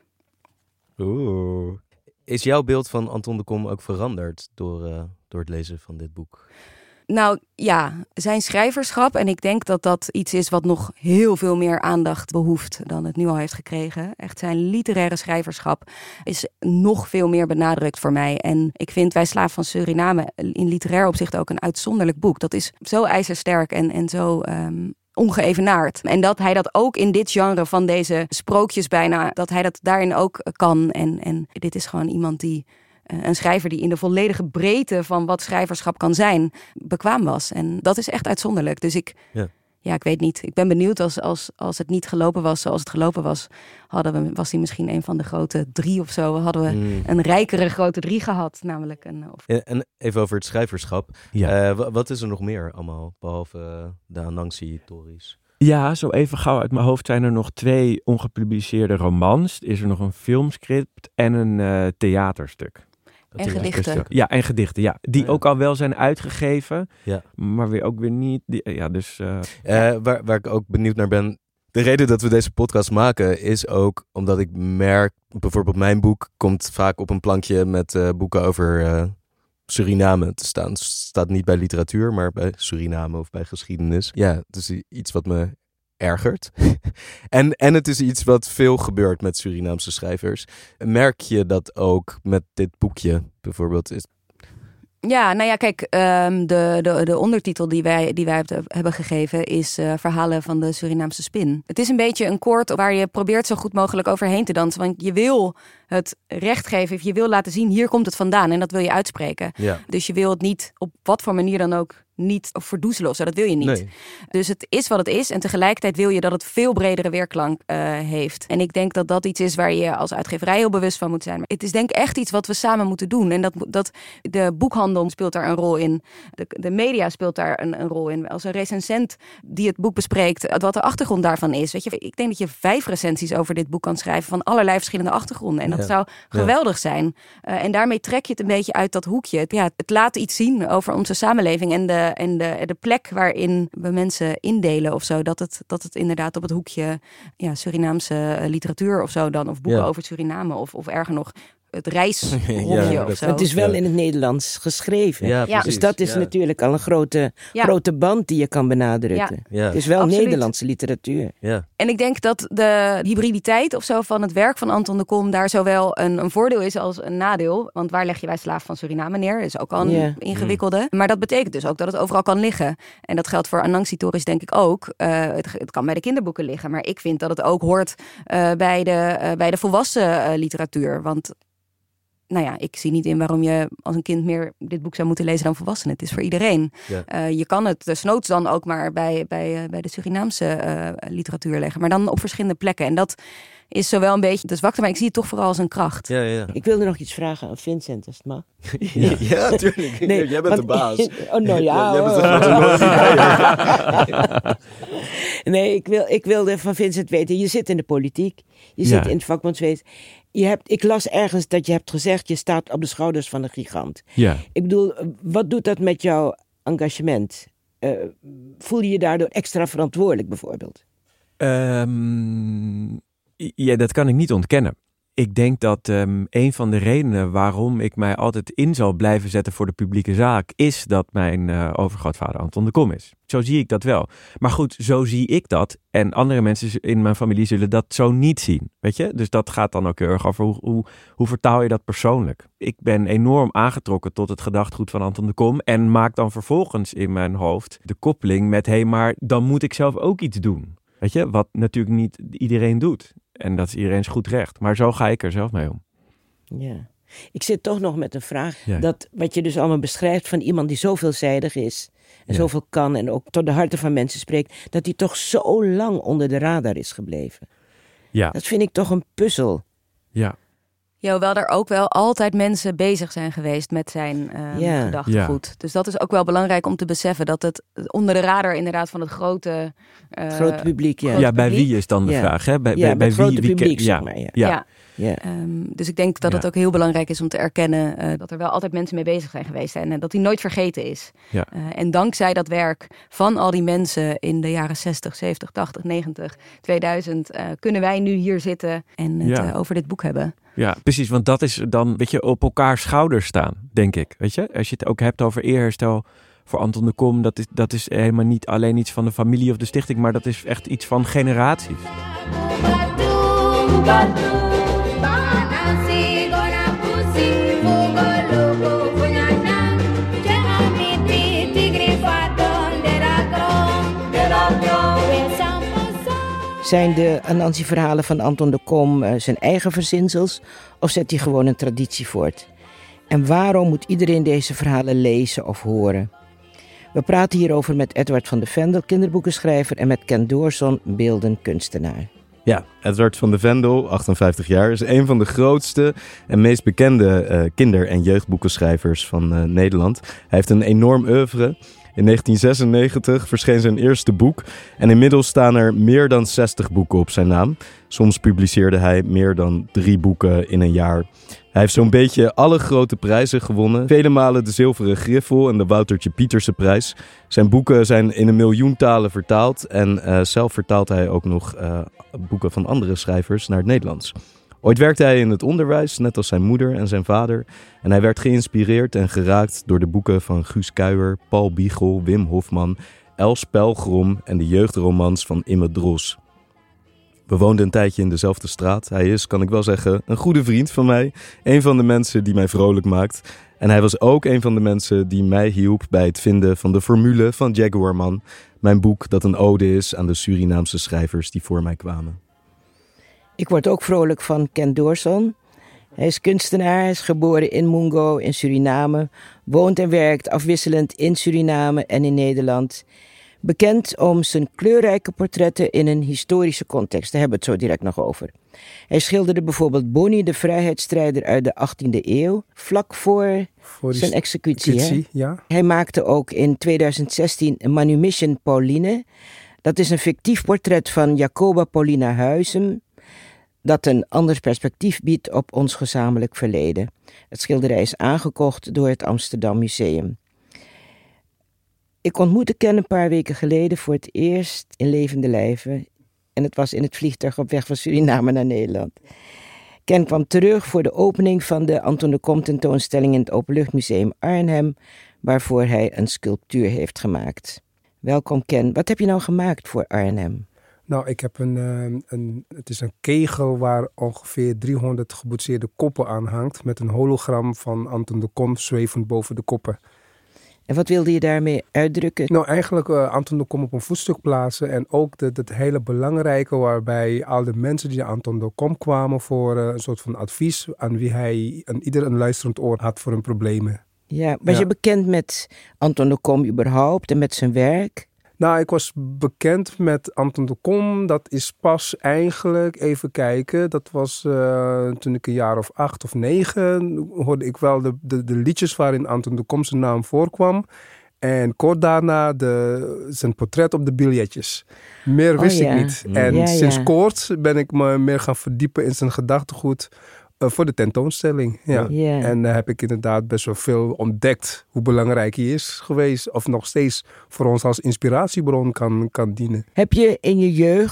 Oeh. Is jouw beeld van Anton de Kom ook veranderd door het lezen van dit boek? Nou ja, zijn schrijverschap, en ik denk dat dat iets is wat nog heel veel meer aandacht behoeft dan het nu al heeft gekregen. Echt zijn literaire schrijverschap is nog veel meer benadrukt voor mij. En ik vind Wij Slaven van Suriname in literair opzicht ook een uitzonderlijk boek. Dat is zo ijzersterk en zo ongeëvenaard. En dat hij dat ook in dit genre van deze sprookjes bijna, dat hij dat daarin ook kan. En dit is gewoon iemand een schrijver die in de volledige breedte van wat schrijverschap kan zijn, bekwaam was. En dat is echt uitzonderlijk. Dus ik weet niet. Ik ben benieuwd als het niet gelopen was zoals het gelopen was, was hij misschien een van de grote 3 of zo. Hadden we een rijkere grote 3 gehad, namelijk En even over het schrijverschap. Ja. Wat is er nog meer allemaal, behalve de Anansi-tories? Ja, zo even gauw uit mijn hoofd zijn er nog 2 ongepubliceerde romans. Is er nog een filmscript en een theaterstuk. En gedichten. Ja, en gedichten, ja. Die ook al wel zijn uitgegeven, maar ook weer niet. Waar ik ook benieuwd naar ben. De reden dat we deze podcast maken is ook omdat ik merk, bijvoorbeeld mijn boek komt vaak op een plankje met boeken over Suriname te staan. Het staat niet bij literatuur, maar bij Suriname of bij geschiedenis. Ja, het is iets wat me ergert. en het is iets wat veel gebeurt met Surinaamse schrijvers. Merk je dat ook met dit boekje bijvoorbeeld? Ja, nou ja, kijk, de ondertitel die wij hebben gegeven is Verhalen van de Surinaamse spin. Het is een beetje een koord waar je probeert zo goed mogelijk overheen te dansen. Want je wil het recht geven, je wil laten zien, hier komt het vandaan. En dat wil je uitspreken. Ja. Dus je wil het niet op wat voor manier dan ook niet verdoezelen of zo. Dat wil je niet. Nee. Dus het is wat het is. En tegelijkertijd wil je dat het veel bredere weerklank heeft. En ik denk dat dat iets is waar je als uitgeverij heel bewust van moet zijn. Maar het is denk ik echt iets wat we samen moeten doen. En dat de boekhandel speelt daar een rol in. De media speelt daar een rol in. Als een recensent die het boek bespreekt, wat de achtergrond daarvan is. Weet je, ik denk dat je 5 recensies over dit boek kan schrijven van allerlei verschillende achtergronden. En dat zou geweldig zijn. En daarmee trek je het een beetje uit dat hoekje. Het laat iets zien over onze samenleving en de plek waarin we mensen indelen of zo. Dat het inderdaad op het hoekje Surinaamse literatuur of zo dan. Of boeken over Suriname of erger nog het reishokje of zo. Het is wel in het Nederlands geschreven. Ja, dus dat is natuurlijk al een grote band die je kan benadrukken. Ja. Het is wel absoluut Nederlandse literatuur. Ja. En ik denk dat de hybriditeit of zo van het werk van Anton de Kom daar zowel een voordeel is als een nadeel. Want waar leg je Wij Slaven van Suriname neer? Dat is ook al een ingewikkelde. Maar dat betekent dus ook dat het overal kan liggen. En dat geldt voor Anansi-tories denk ik ook. Het kan bij de kinderboeken liggen. Maar ik vind dat het ook hoort bij de volwassen literatuur. Want nou ja, ik zie niet in waarom je als een kind meer dit boek zou moeten lezen dan volwassenen. Het is voor iedereen. Ja. Je kan het desnoods dan ook maar bij de Surinaamse literatuur leggen. Maar dan op verschillende plekken. En dat is zowel een beetje de zwakte, maar ik zie het toch vooral als een kracht. Ja. Ik wilde nog iets vragen aan Vincent, als het mag. Ja, natuurlijk. Nee, jij bent de baas. Nou ja. Nee, ik wilde van Vincent weten, je zit in de politiek. Je zit in het vakbondswezen. Ik las ergens dat je hebt gezegd, je staat op de schouders van een gigant. Ja. Ik bedoel, wat doet dat met jouw engagement? Voel je je daardoor extra verantwoordelijk bijvoorbeeld? Ja, dat kan ik niet ontkennen. Ik denk dat een van de redenen waarom ik mij altijd in zal blijven zetten voor de publieke zaak is dat mijn overgrootvader Anton de Kom is. Zo zie ik dat wel. Maar goed, zo zie ik dat. En andere mensen in mijn familie zullen dat zo niet zien. Weet je? Dus dat gaat dan ook heel erg over hoe vertaal je dat persoonlijk. Ik ben enorm aangetrokken tot het gedachtegoed van Anton de Kom en maak dan vervolgens in mijn hoofd de koppeling met maar dan moet ik zelf ook iets doen. Weet je? Wat natuurlijk niet iedereen doet. En dat is iedereen's goed recht. Maar zo ga ik er zelf mee om. Ja. Ik zit toch nog met een vraag. Ja. Dat wat je dus allemaal beschrijft van iemand die zo veelzijdig is. En zoveel kan en ook tot de harten van mensen spreekt. Dat die toch zo lang onder de radar is gebleven. Ja. Dat vind ik toch een puzzel. Ja. Ja, hoewel er ook wel altijd mensen bezig zijn geweest met zijn gedachtegoed. Dus dat is ook wel belangrijk om te beseffen. Dat het onder de radar inderdaad van het grote... Het grote publiek, ja. Ja, bij wie is dan de vraag? Hè? Bij het wie, grote wie publiek, ja. zeg maar. Ja. Ja. Ja. Dus ik denk dat het ook heel belangrijk is om te erkennen dat er wel altijd mensen mee bezig zijn geweest. En dat die nooit vergeten is. Ja. En dankzij dat werk van al die mensen in de jaren 60, 70, 80, 90, 2000... kunnen wij nu hier zitten en het over dit boek hebben. Ja, precies. Want dat is dan, weet je, op elkaars schouders staan, denk ik. Weet je, als je het ook hebt over eerherstel voor Anton de Kom, dat is helemaal niet alleen iets van de familie of de stichting, maar dat is echt iets van generaties. Zijn de Anansi-verhalen van Anton de Kom zijn eigen verzinsels of zet hij gewoon een traditie voort? En waarom moet iedereen deze verhalen lezen of horen? We praten hierover met Edward van de Vendel, kinderboekenschrijver, en met Ken Doorson, beeldend kunstenaar. Ja, Edward van de Vendel, 58 jaar, is een van de grootste en meest bekende kinder- en jeugdboekenschrijvers van Nederland. Hij heeft een enorm oeuvre. In 1996 verscheen zijn eerste boek en inmiddels staan er meer dan 60 boeken op zijn naam. Soms publiceerde hij meer dan 3 boeken in een jaar. Hij heeft zo'n beetje alle grote prijzen gewonnen. Vele malen de Zilveren Griffel en de Woutertje Pieterse prijs. Zijn boeken zijn in 1 miljoen talen vertaald en zelf vertaalt hij ook nog boeken van andere schrijvers naar het Nederlands. Ooit werkte hij in het onderwijs, net als zijn moeder en zijn vader. En hij werd geïnspireerd en geraakt door de boeken van Guus Kuijer, Paul Biegel, Wim Hofman, Els Pelgrom en de jeugdromans van Imme Dros. We woonden een tijdje in dezelfde straat. Hij is, kan ik wel zeggen, een goede vriend van mij. Een van de mensen die mij vrolijk maakt. En hij was ook een van de mensen die mij hielp bij het vinden van de formule van Jaguarman. Mijn boek dat een ode is aan de Surinaamse schrijvers die voor mij kwamen. Ik word ook vrolijk van Ken Doorson. Hij is kunstenaar, hij is geboren in Mungo in Suriname, woont en werkt afwisselend in Suriname en in Nederland. Bekend om zijn kleurrijke portretten in een historische context, daar hebben we het zo direct nog over. Hij schilderde bijvoorbeeld Boni, de vrijheidsstrijder uit de 18e eeuw, vlak voor zijn executie. Ja. Hij maakte ook in 2016 Manumission Pauline. Dat is een fictief portret van Jacoba Paulina Huizem, dat een ander perspectief biedt op ons gezamenlijk verleden. Het schilderij is aangekocht door het Amsterdam Museum. Ik ontmoette Ken een paar weken geleden voor het eerst in levende lijve. En het was in het vliegtuig op weg van Suriname naar Nederland. Ken kwam terug voor de opening van de Anton de Kom tentoonstelling in het Openluchtmuseum Arnhem, waarvoor hij een sculptuur heeft gemaakt. Welkom Ken. Wat heb je nou gemaakt voor Arnhem? Nou, ik heb het is een kegel waar ongeveer 300 geboetseerde koppen aan hangt, met een hologram van Anton de Kom zwevend boven de koppen. En wat wilde je daarmee uitdrukken? Nou, eigenlijk Anton de Kom op een voetstuk plaatsen en ook dat hele belangrijke waarbij al de mensen die naar Anton de Kom kwamen voor een soort van advies aan wie hij ieder een luisterend oor had voor hun problemen. Ja, was je bekend met Anton de Kom überhaupt en met zijn werk? Nou, ik was bekend met Anton de Kom. Dat is pas eigenlijk, even kijken, dat was toen ik een jaar of 8 of 9... hoorde ik wel de liedjes waarin Anton de Kom zijn naam voorkwam. En kort daarna zijn portret op de biljetjes. Meer wist ik niet. En sinds kort ben ik me meer gaan verdiepen in zijn gedachtegoed voor de tentoonstelling. Ja. En daar heb ik inderdaad best wel veel ontdekt hoe belangrijk hij is geweest. Of nog steeds voor ons als inspiratiebron kan dienen. Heb je in je jeugd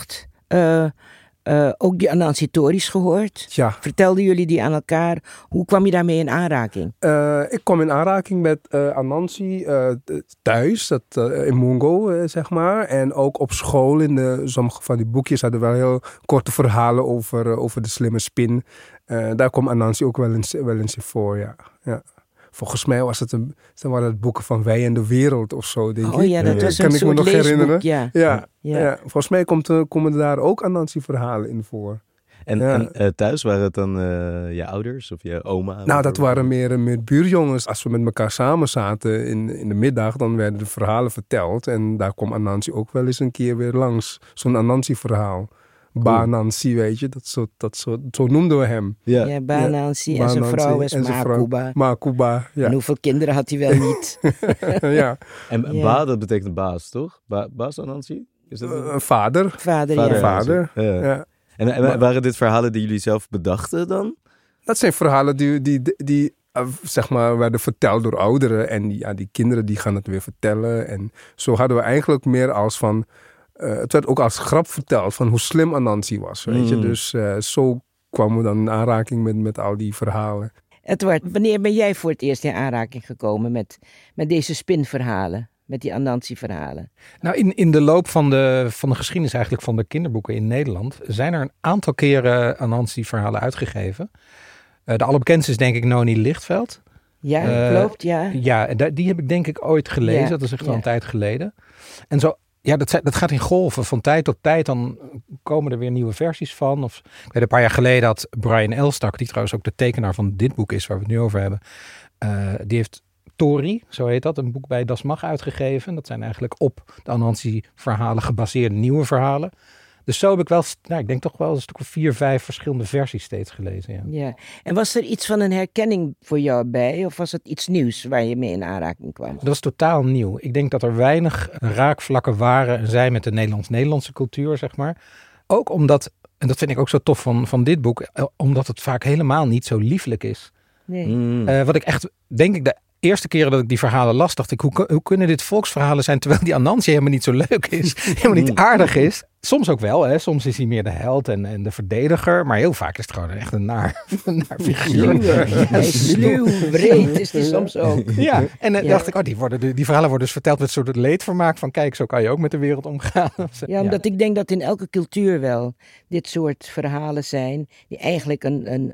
ook die Anansi Tories gehoord? Ja. Vertelden jullie die aan elkaar? Hoe kwam je daarmee in aanraking? Ik kwam in aanraking met Anansi thuis, in Mungo, zeg maar. En ook op school, sommige van die boekjes hadden wel heel korte verhalen over de slimme spin. Daar kwam Anansi ook wel eens in voor, ja. Volgens mij waren het boeken van Wij en de Wereld of zo, denk ik. Oh ja, dat was kan een ik me soort nog leesboek, herinneren. ja. Ja. Volgens mij komen daar ook Anansi-verhalen in voor. En thuis waren het dan je ouders of je oma? Nou, dat waren meer buurjongens. Als we met elkaar samen zaten in de middag, dan werden de verhalen verteld. En daar kwam Anansi ook wel eens een keer weer langs. Zo'n Anansi-verhaal. Banansi, weet je, zo noemden we hem. Ja, Banansi en zijn vrouw is Makuba. Makuba, ja. En hoeveel kinderen had hij wel niet? Ja. En Ba, dat betekent baas, toch? Baas Anansi? Is dat Vader. Vader. Ja. En waren dit verhalen die jullie zelf bedachten dan? Dat zijn verhalen die zeg maar, werden verteld door ouderen. En die kinderen die gaan het weer vertellen. En zo hadden we eigenlijk meer als van... het werd ook als grap verteld van hoe slim Anansi was, weet je. Dus zo kwamen we dan in aanraking met al die verhalen. Edward, wanneer ben jij voor het eerst in aanraking gekomen met deze spinverhalen? Met die Anansi-verhalen? Nou, in de loop van de geschiedenis eigenlijk van de kinderboeken in Nederland... zijn er een aantal keren Anansi-verhalen uitgegeven. De allerbekendste is denk ik Noni Lichtveld. Ja, klopt, ja. Ja, die heb ik denk ik ooit gelezen. Ja, dat is echt al een tijd geleden. En zo... Ja, dat gaat in golven. Van tijd tot tijd dan komen er weer nieuwe versies van. Of, ik weet een paar jaar geleden had Brian Elstak, die trouwens ook de tekenaar van dit boek is waar we het nu over hebben. Die heeft Tori, zo heet dat, een boek bij Das Mag uitgegeven. Dat zijn eigenlijk op de Anansi-verhalen gebaseerde nieuwe verhalen. Dus zo heb ik wel, ik denk toch wel een stuk of 4, 5 verschillende versies steeds gelezen. Ja. En was er iets van een herkenning voor jou bij? Of was het iets nieuws waar je mee in aanraking kwam? Dat was totaal nieuw. Ik denk dat er weinig raakvlakken waren en zijn met de Nederlandse cultuur, zeg maar. Ook omdat, en dat vind ik ook zo tof van dit boek, omdat het vaak helemaal niet zo lieflijk is. Nee. Wat ik echt, denk ik, de eerste keren dat ik die verhalen las, dacht ik, hoe kunnen dit volksverhalen zijn terwijl die Anansi helemaal niet zo leuk is, helemaal niet aardig is. Soms ook wel, hè. Soms is hij meer de held en de verdediger, maar heel vaak is het gewoon echt een naar figuur. Hij is sluw, breed is hij soms ook. Ja, en dan dacht ik, die verhalen worden dus verteld met een soort leedvermaak van, kijk, zo kan je ook met de wereld omgaan. Ja, omdat ik denk dat in elke cultuur wel dit soort verhalen zijn, die eigenlijk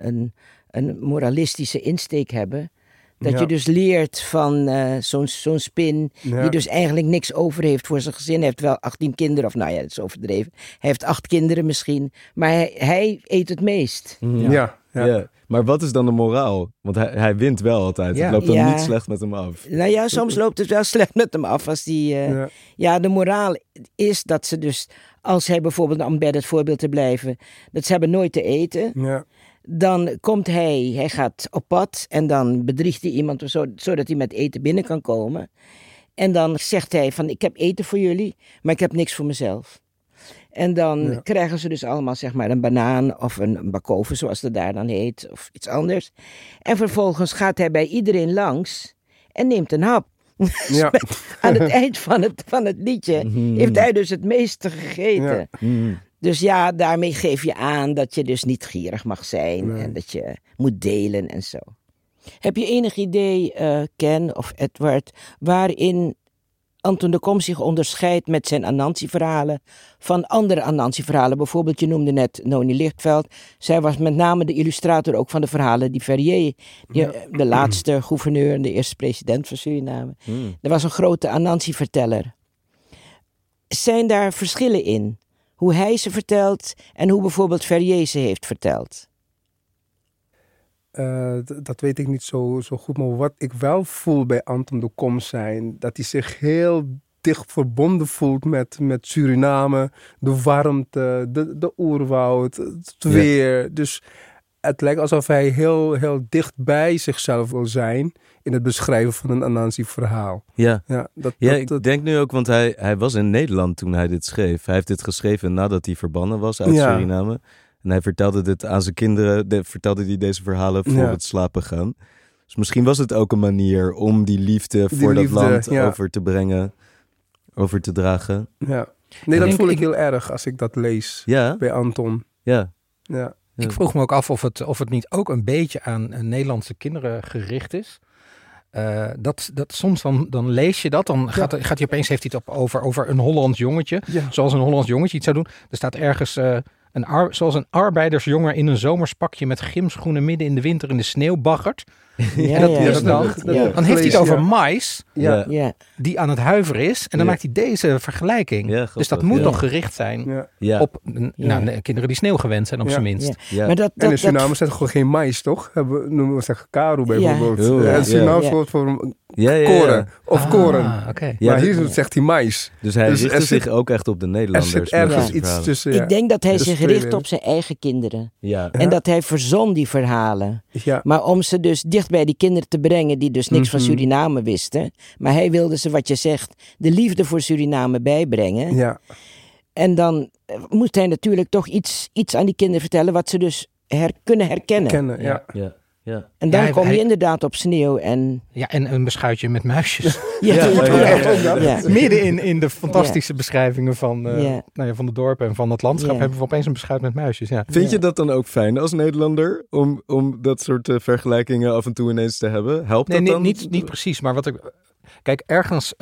een moralistische insteek hebben. Dat je dus leert van zo'n spin die dus eigenlijk niks over heeft voor zijn gezin. Hij heeft wel 18 kinderen, of nou ja, dat is overdreven. Hij heeft 8 kinderen misschien, maar hij eet het meest. Ja. Maar wat is dan de moraal? Want hij wint wel altijd. Het loopt dan niet slecht met hem af. Nou ja, soms loopt het wel slecht met hem af. Als de moraal is dat ze dus, als hij bijvoorbeeld, om bij het voorbeeld te blijven, dat ze hebben nooit te eten. Ja. Dan komt hij gaat op pad en dan bedriegt hij iemand zodat hij met eten binnen kan komen. En dan zegt hij van, ik heb eten voor jullie, maar ik heb niks voor mezelf. En dan krijgen ze dus allemaal zeg maar een banaan of een bakoven, zoals het daar dan heet, of iets anders. En vervolgens gaat hij bij iedereen langs en neemt een hap. Ja. Aan het eind van het liedje heeft hij dus het meeste gegeten. Ja. Dus ja, daarmee geef je aan dat je dus niet gierig mag zijn en dat je moet delen en zo. Heb je enig idee, Ken of Edward, waarin Anton de Kom zich onderscheidt met zijn Anansi-verhalen van andere Anansi-verhalen? Bijvoorbeeld, je noemde net Noni Lichtveld. Zij was met name de illustrator ook van de verhalen die Ferrier, de laatste gouverneur en de eerste president van Suriname. Er was een grote Anansi-verteller. Zijn daar verschillen in? Hoe hij ze vertelt en hoe bijvoorbeeld Ferrier ze heeft verteld? Dat weet ik niet zo goed. Maar wat ik wel voel bij Anton de Kom zijn, dat hij zich heel dicht verbonden voelt met Suriname. De warmte, de oerwoud, het weer. Dus het lijkt alsof hij heel, heel dicht bij zichzelf wil zijn in het beschrijven van een Anansi-verhaal. Ik denk nu ook, want hij was in Nederland toen hij dit schreef. Hij heeft dit geschreven nadat hij verbannen was uit Suriname. En hij vertelde dit aan zijn kinderen, vertelde hij deze verhalen voor het slapen gaan. Dus misschien was het ook een manier om die liefde voor dat land over te brengen, over te dragen. Ja. Nee, dat denk voel ik ik- heel erg als ik dat lees Ja? bij Anton. Ja. Ja. Ik vroeg me ook af of het niet ook een beetje aan Nederlandse kinderen gericht is. Dat soms dan lees je dat, dan gaat hij opeens, heeft hij het over een Hollands jongetje. Ja. Zoals een Hollands jongetje iets zou doen. Er staat ergens zoals een arbeidersjongen in een zomerspakje met gymschoenen midden in de winter in de sneeuw baggert. En dat is dan heeft hij het over mais Ja. die aan het huiveren is. En dan Ja. maakt hij deze vergelijking. Ja, grappig. Dus dat moet Ja. toch gericht zijn Ja. op de kinderen die sneeuw gewend zijn op Ja. zijn minst. Ja. Ja. Maar dat, En in dat, Suriname zijn gewoon geen mais, toch? Noemen we zeggen karo bijvoorbeeld. Ja. En Ja. Surinaams Ja. woord voor Ja. koren. Of koren. Oké. Ja, Maar dus- hier zegt hij mais. Dus hij Dus richtte er zit- zich ook echt op de Er Nederlanders. zit met ergens deze iets verhalen. tussen. ik denk dat hij Dus zich twee richt weer. op zijn eigen kinderen. Ja. En dat hij verzon die verhalen. Ja. Maar om ze dus dicht bij die kinderen te brengen die dus niks van Suriname wisten. Maar hij wilde ze, wat je zegt, de liefde voor Suriname bijbrengen. Ja. En dan moest hij natuurlijk toch iets aan die kinderen vertellen wat ze dus kunnen herkennen. Kennen, ja. Ja. Ja. En dan Ja, kom je hij- inderdaad op sneeuw en... Ja, en een beschuitje met muisjes. Ja. Midden in de fantastische beschrijvingen van, Ja. van de dorpen en van het landschap Ja. hebben we opeens een beschuit met muisjes. Ja. Vind je dat dan ook fijn als Nederlander? Om dat soort vergelijkingen af en toe ineens te hebben? Helpt Nee, dat dan? niet precies. Maar wat ik. Kijk, ergens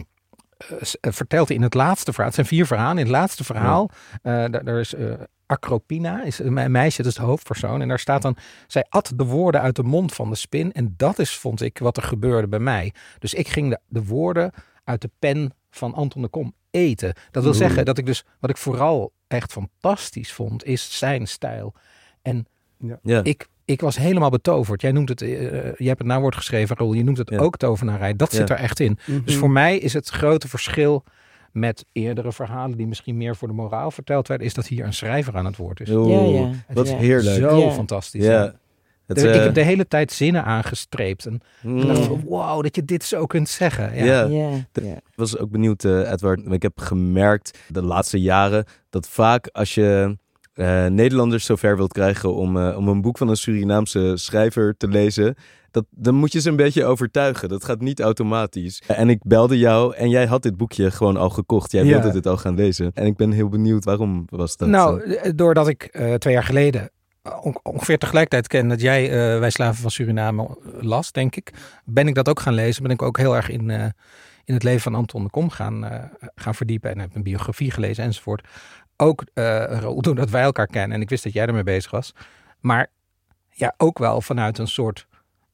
vertelt hij in het laatste verhaal. Het zijn 4 verhalen. In het laatste verhaal. Daar is Acropina, is een meisje, dat is de hoofdpersoon. En daar staat dan. Zij at de woorden uit de mond van de spin. En dat is, vond ik, wat er gebeurde bij mij. Dus ik ging de woorden uit de pen van Anton de Kom eten. Dat wil zeggen dat ik dus. Wat ik vooral echt fantastisch vond, is zijn stijl. En Ja. ik was helemaal betoverd. Jij noemt het, je hebt het naamwoord geschreven, Roel. Je noemt het ook tovenarij. Dat zit er echt in. Dus voor mij is het grote verschil met eerdere verhalen die misschien meer voor de moraal verteld werden, is dat hier een schrijver aan het woord is. Oeh, Ja. Wat Ja. heerlijk. Zo Ja. fantastisch. Ja. Ja. Het, Ik heb de hele tijd zinnen aangestreept. En mm, dacht van, wow, dat je dit zo kunt zeggen. Ja. ja. Ja. Ik was ook benieuwd, Edward. Ik heb gemerkt de laatste jaren dat vaak als je Nederlanders zover wilt krijgen om een boek van een Surinaamse schrijver te lezen, dan moet je ze een beetje overtuigen. Dat gaat niet automatisch. En ik belde jou en jij had dit boekje gewoon al gekocht. Jij wilde dit al gaan lezen. En ik ben heel benieuwd, waarom was dat? Nou, doordat ik 2 jaar geleden ongeveer tegelijkertijd ken dat jij Wij Slaven van Suriname las, denk ik, ben ik dat ook gaan lezen. Ben ik ook heel erg in het leven van Anton de Kom gaan verdiepen en heb een biografie gelezen enzovoort. Ook doordat wij elkaar kennen en ik wist dat jij ermee bezig was. Maar ja, ook wel vanuit een soort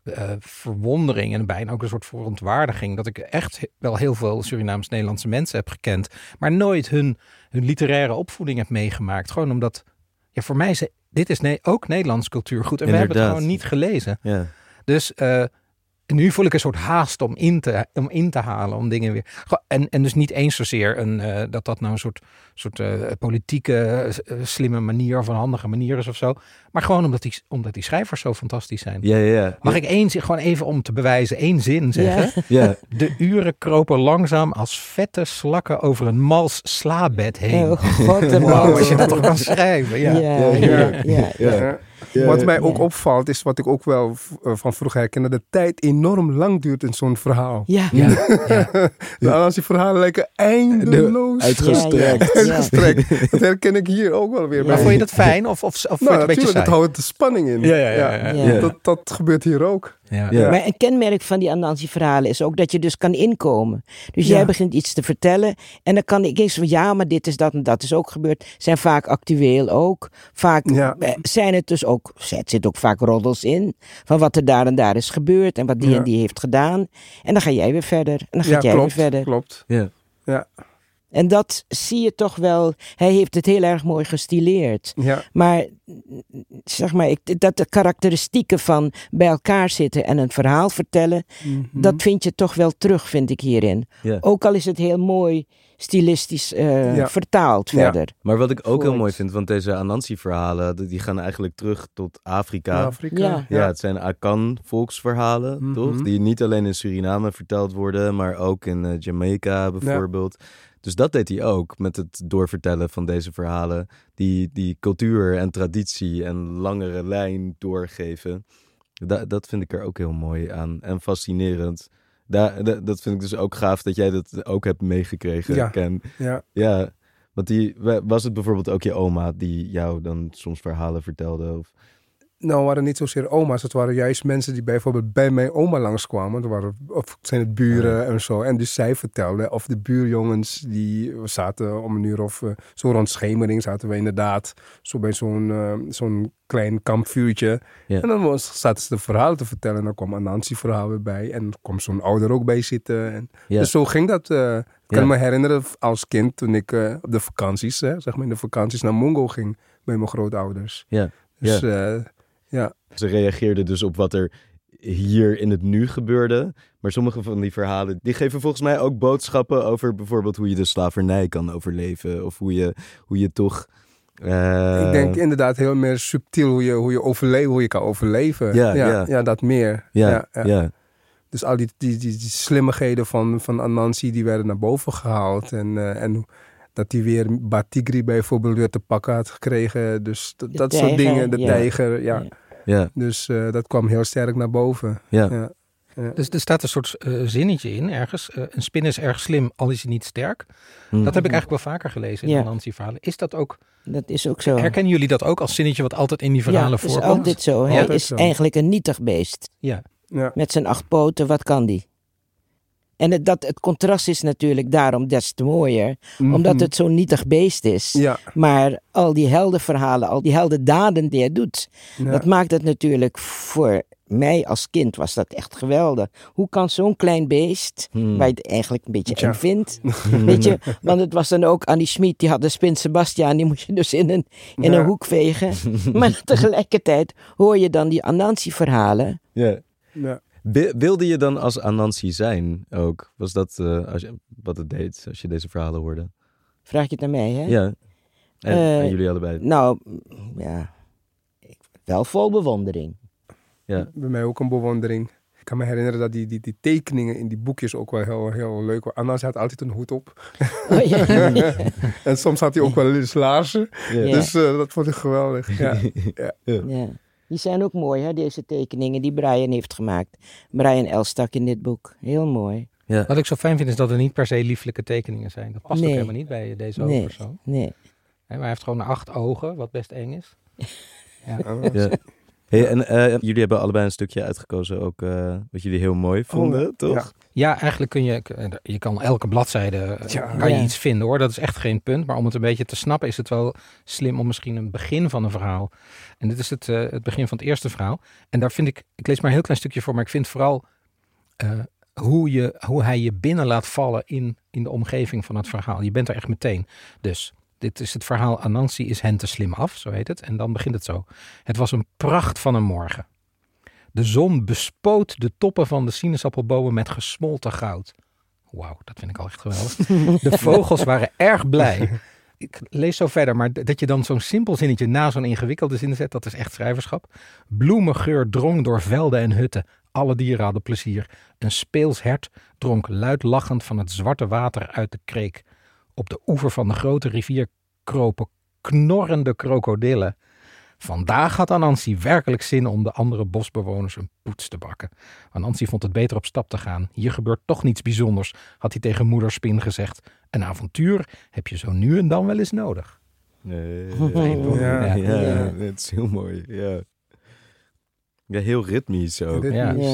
verwondering en bijna ook een soort verontwaardiging dat ik echt wel heel veel Surinaams-Nederlandse mensen heb gekend, maar nooit hun literaire opvoeding heb meegemaakt. Gewoon omdat, ja, voor mij is dit is ook Nederlands cultuurgoed en we hebben het gewoon niet gelezen. Ja. Dus nu voel ik een soort haast om in te halen, om dingen weer. En dus niet eens zozeer dat nou een soort politieke slimme manier of een handige manier is of zo. Maar gewoon omdat die schrijvers zo fantastisch zijn. Ja. Mag ik gewoon even om te bewijzen, 1 zin zeggen? Ja. De uren kropen langzaam als vette slakken over een mals slaabed heen. Oh, god, Wow, als je dat toch kan schrijven. Ja. Wat mij ook opvalt, is wat ik ook wel van vroeger herkende, dat de tijd enorm lang duurt in zo'n verhaal. Ja. Als die verhalen lijken eindeloos Uitgestrekt. uitgestrekt. Dat herken ik hier ook wel weer. Maar vond je dat fijn of vond je het een beetje natuurlijk, saai? dat houdt de spanning in. Ja. Dat gebeurt hier ook. Ja. Ja. Maar een kenmerk van die Anansi-verhalen is ook dat je dus kan inkomen. Dus jij begint iets te vertellen en dan kan ik eens van ja, maar dit is dat en dat is ook gebeurd. Zijn vaak actueel ook. Vaak zijn het dus ook, het zit ook vaak roddels in van wat er daar en daar is gebeurd en wat die en die heeft gedaan. En dan ga jij weer verder en dan gaat jij weer verder. Klopt. Ja. En dat zie je toch wel. Hij heeft het heel erg mooi gestileerd. Ja. Maar zeg maar, dat de karakteristieken van bij elkaar zitten en een verhaal vertellen, dat vind je toch wel terug, vind ik hierin. Ja. Ook al is het heel mooi stilistisch vertaald verder. Maar wat ik ook heel Voort. mooi vind, want deze Anansi-verhalen, die gaan eigenlijk terug tot Afrika. Afrika. Ja. Het zijn Akan-volksverhalen, toch? Die niet alleen in Suriname verteld worden, maar ook in Jamaica bijvoorbeeld. Dus dat deed hij ook met het doorvertellen van deze verhalen. Die cultuur en traditie en langere lijn doorgeven. Dat vind ik er ook heel mooi aan en fascinerend. Dat vind ik dus ook gaaf dat jij dat ook hebt meegekregen, Ken. Ja. Ja. Want was het bijvoorbeeld ook je oma die jou dan soms verhalen vertelde? Of? Nou, het waren niet zozeer oma's. Het waren juist mensen die bijvoorbeeld bij mijn oma langskwamen. Of zijn het buren en zo. En dus zij vertelden. Of de buurjongens die zaten om 1 uur of zo rond schemering zaten we inderdaad zo bij zo'n klein kampvuurtje. Ja. En dan zaten ze de verhalen te vertellen. En dan kwam een Anansi-verhaal weer bij. En dan kwam zo'n ouder ook bij zitten. En dus zo ging dat. Ik kan me herinneren als kind toen ik op de vakanties, zeg maar in de vakanties naar Mongo ging bij mijn grootouders. Ja. Dus ja. Ze reageerden dus op wat er hier in het nu gebeurde. Maar sommige van die verhalen, die geven volgens mij ook boodschappen over bijvoorbeeld hoe je de slavernij kan overleven. Of hoe je toch... Ik denk inderdaad heel meer subtiel hoe je kan overleven. Ja, dat meer. Ja. Dus al die slimmigheden van Anansi, die werden naar boven gehaald. En dat hij weer Batigri bijvoorbeeld weer te pakken had gekregen. Dus dat soort dingen, de tijger, ja. Dus dat kwam heel sterk naar boven. Ja. Dus er staat een soort zinnetje in ergens. Een spin is erg slim, al is hij niet sterk. Dat heb ik eigenlijk wel vaker gelezen in Anansi-verhalen. Is dat ook... Dat is ook zo. Herkennen jullie dat ook als zinnetje wat altijd in die verhalen voorkomt? Ja, dat is altijd zo. Hij is eigenlijk een nietig beest. Ja. Met zijn 8 poten, wat kan die? En het contrast is natuurlijk daarom des te mooier. Omdat het zo'n nietig beest is. Ja. Maar al die heldenverhalen, al die heldendaden die hij doet. Ja. Dat maakt het natuurlijk voor mij als kind was dat echt geweldig. Hoe kan zo'n klein beest, waar je het eigenlijk een beetje eng vindt. Weet je, want het was dan ook Annie Schmid, die had de spin Sebastiaan, die moest je dus in een hoek vegen. Maar tegelijkertijd hoor je dan die Anansi-verhalen. Ja. Wilde je dan als Anansi zijn ook? Was dat wat het deed als je deze verhalen hoorde? Vraag je het aan mij, hè? Ja. En jullie allebei? Nou, ja. Wel vol bewondering. Ja. Bij mij ook een bewondering. Ik kan me herinneren dat die tekeningen in die boekjes ook wel heel, heel leuk waren. Anansi had altijd een hoed op. Oh, ja. En soms had hij ook wel eens laarzen. Ja. Dus dat vond ik geweldig. Ja. Die zijn ook mooi, hè, deze tekeningen die Brian heeft gemaakt. Brian Elstak in dit boek. Heel mooi. Ja. Wat ik zo fijn vind is dat er niet per se lieflijke tekeningen zijn. Dat past ook helemaal niet bij deze hoofdpersoon. Nee. Maar hij heeft gewoon 8 ogen, wat best eng is. Ja. Hey, en jullie hebben allebei een stukje uitgekozen ook wat jullie heel mooi vonden, toch? Ja, eigenlijk kun je kan elke bladzijde kan je iets vinden hoor. Dat is echt geen punt. Maar om het een beetje te snappen is het wel slim om misschien een begin van een verhaal. En dit is het begin van het eerste verhaal. En daar vind ik lees maar een heel klein stukje voor, maar ik vind vooral hoe hij je binnen laat vallen in de omgeving van het verhaal. Je bent er echt meteen. Dus dit is het verhaal Anansi is hen te slim af, zo heet het. En dan begint het zo. Het was een pracht van een morgen. De zon bespoot de toppen van de sinaasappelbomen met gesmolten goud. Wauw, dat vind ik al echt geweldig. De vogels waren erg blij. Ik lees zo verder, maar dat je dan zo'n simpel zinnetje na zo'n ingewikkelde zin zet, dat is echt schrijverschap. Bloemengeur drong door velden en hutten. Alle dieren hadden plezier. Een speels hert dronk luid lachend van het zwarte water uit de kreek. Op de oever van de grote rivier kropen knorrende krokodillen. Vandaag had Anansi werkelijk zin om de andere bosbewoners een poets te bakken. Anansi vond het beter op stap te gaan. Hier gebeurt toch niets bijzonders, had hij tegen moeder Spin gezegd. Een avontuur heb je zo nu en dan wel eens nodig. Ja, dat is heel mooi. Ja, heel ritmisch ook.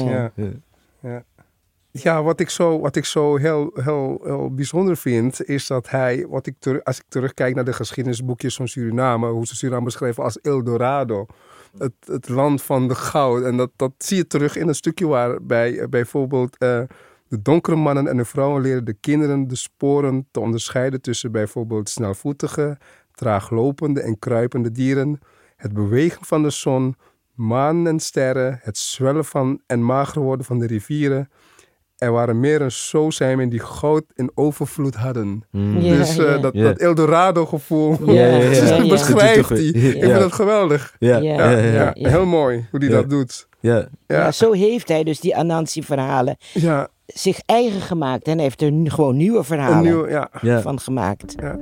Ja, wat ik zo heel bijzonder vind, is dat hij, als ik terugkijk naar de geschiedenisboekjes van Suriname, hoe ze Suriname beschrijven als Eldorado, het land van de goud. En dat zie je terug in een stukje waarbij bijvoorbeeld de donkere mannen en de vrouwen leren de kinderen de sporen te onderscheiden tussen bijvoorbeeld snelvoetige, traaglopende en kruipende dieren, het bewegen van de zon, maan en sterren, het zwellen van en mager worden van de rivieren. Er waren meer en zo zijn men die goud in overvloed hadden. Dus dat Eldorado gevoel beschrijft hij. Ik vind dat geweldig. Heel mooi hoe hij dat doet. Ja, zo heeft hij dus die Anansi verhalen zich eigen gemaakt. En heeft er gewoon nieuwe verhalen van gemaakt. Ja.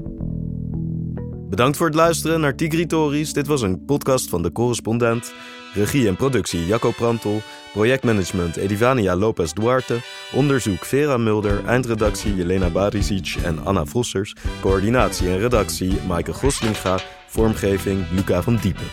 Bedankt voor het luisteren naar Tigri Tories. Dit was een podcast van De Correspondent. Regie en productie Jacco Prantel. Projectmanagement Edivania Lopez Duarte. Onderzoek Vera Mulder. Eindredactie Jelena Barisic en Anna Vossers. Coördinatie en redactie Maaike Goslinga. Vormgeving Luca van Diepen.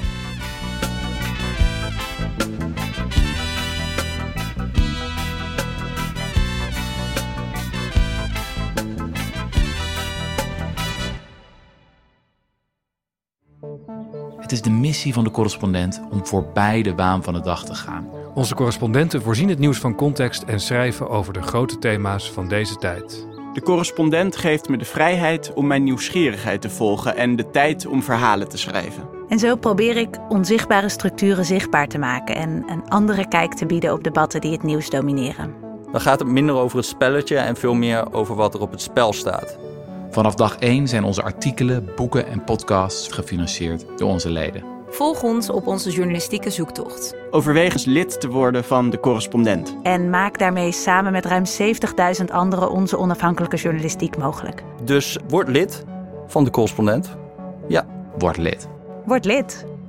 Het is de missie van de correspondent om voorbij de waan van de dag te gaan. Onze correspondenten voorzien het nieuws van context en schrijven over de grote thema's van deze tijd. De correspondent geeft me de vrijheid om mijn nieuwsgierigheid te volgen en de tijd om verhalen te schrijven. En zo probeer ik onzichtbare structuren zichtbaar te maken en een andere kijk te bieden op debatten die het nieuws domineren. Dan gaat het minder over het spelletje en veel meer over wat er op het spel staat. Vanaf dag 1 zijn onze artikelen, boeken en podcasts gefinancierd door onze leden. Volg ons op onze journalistieke zoektocht. Overweeg eens lid te worden van de correspondent. En maak daarmee samen met ruim 70.000 anderen onze onafhankelijke journalistiek mogelijk. Dus word lid van de correspondent. Ja. Word lid. Word lid.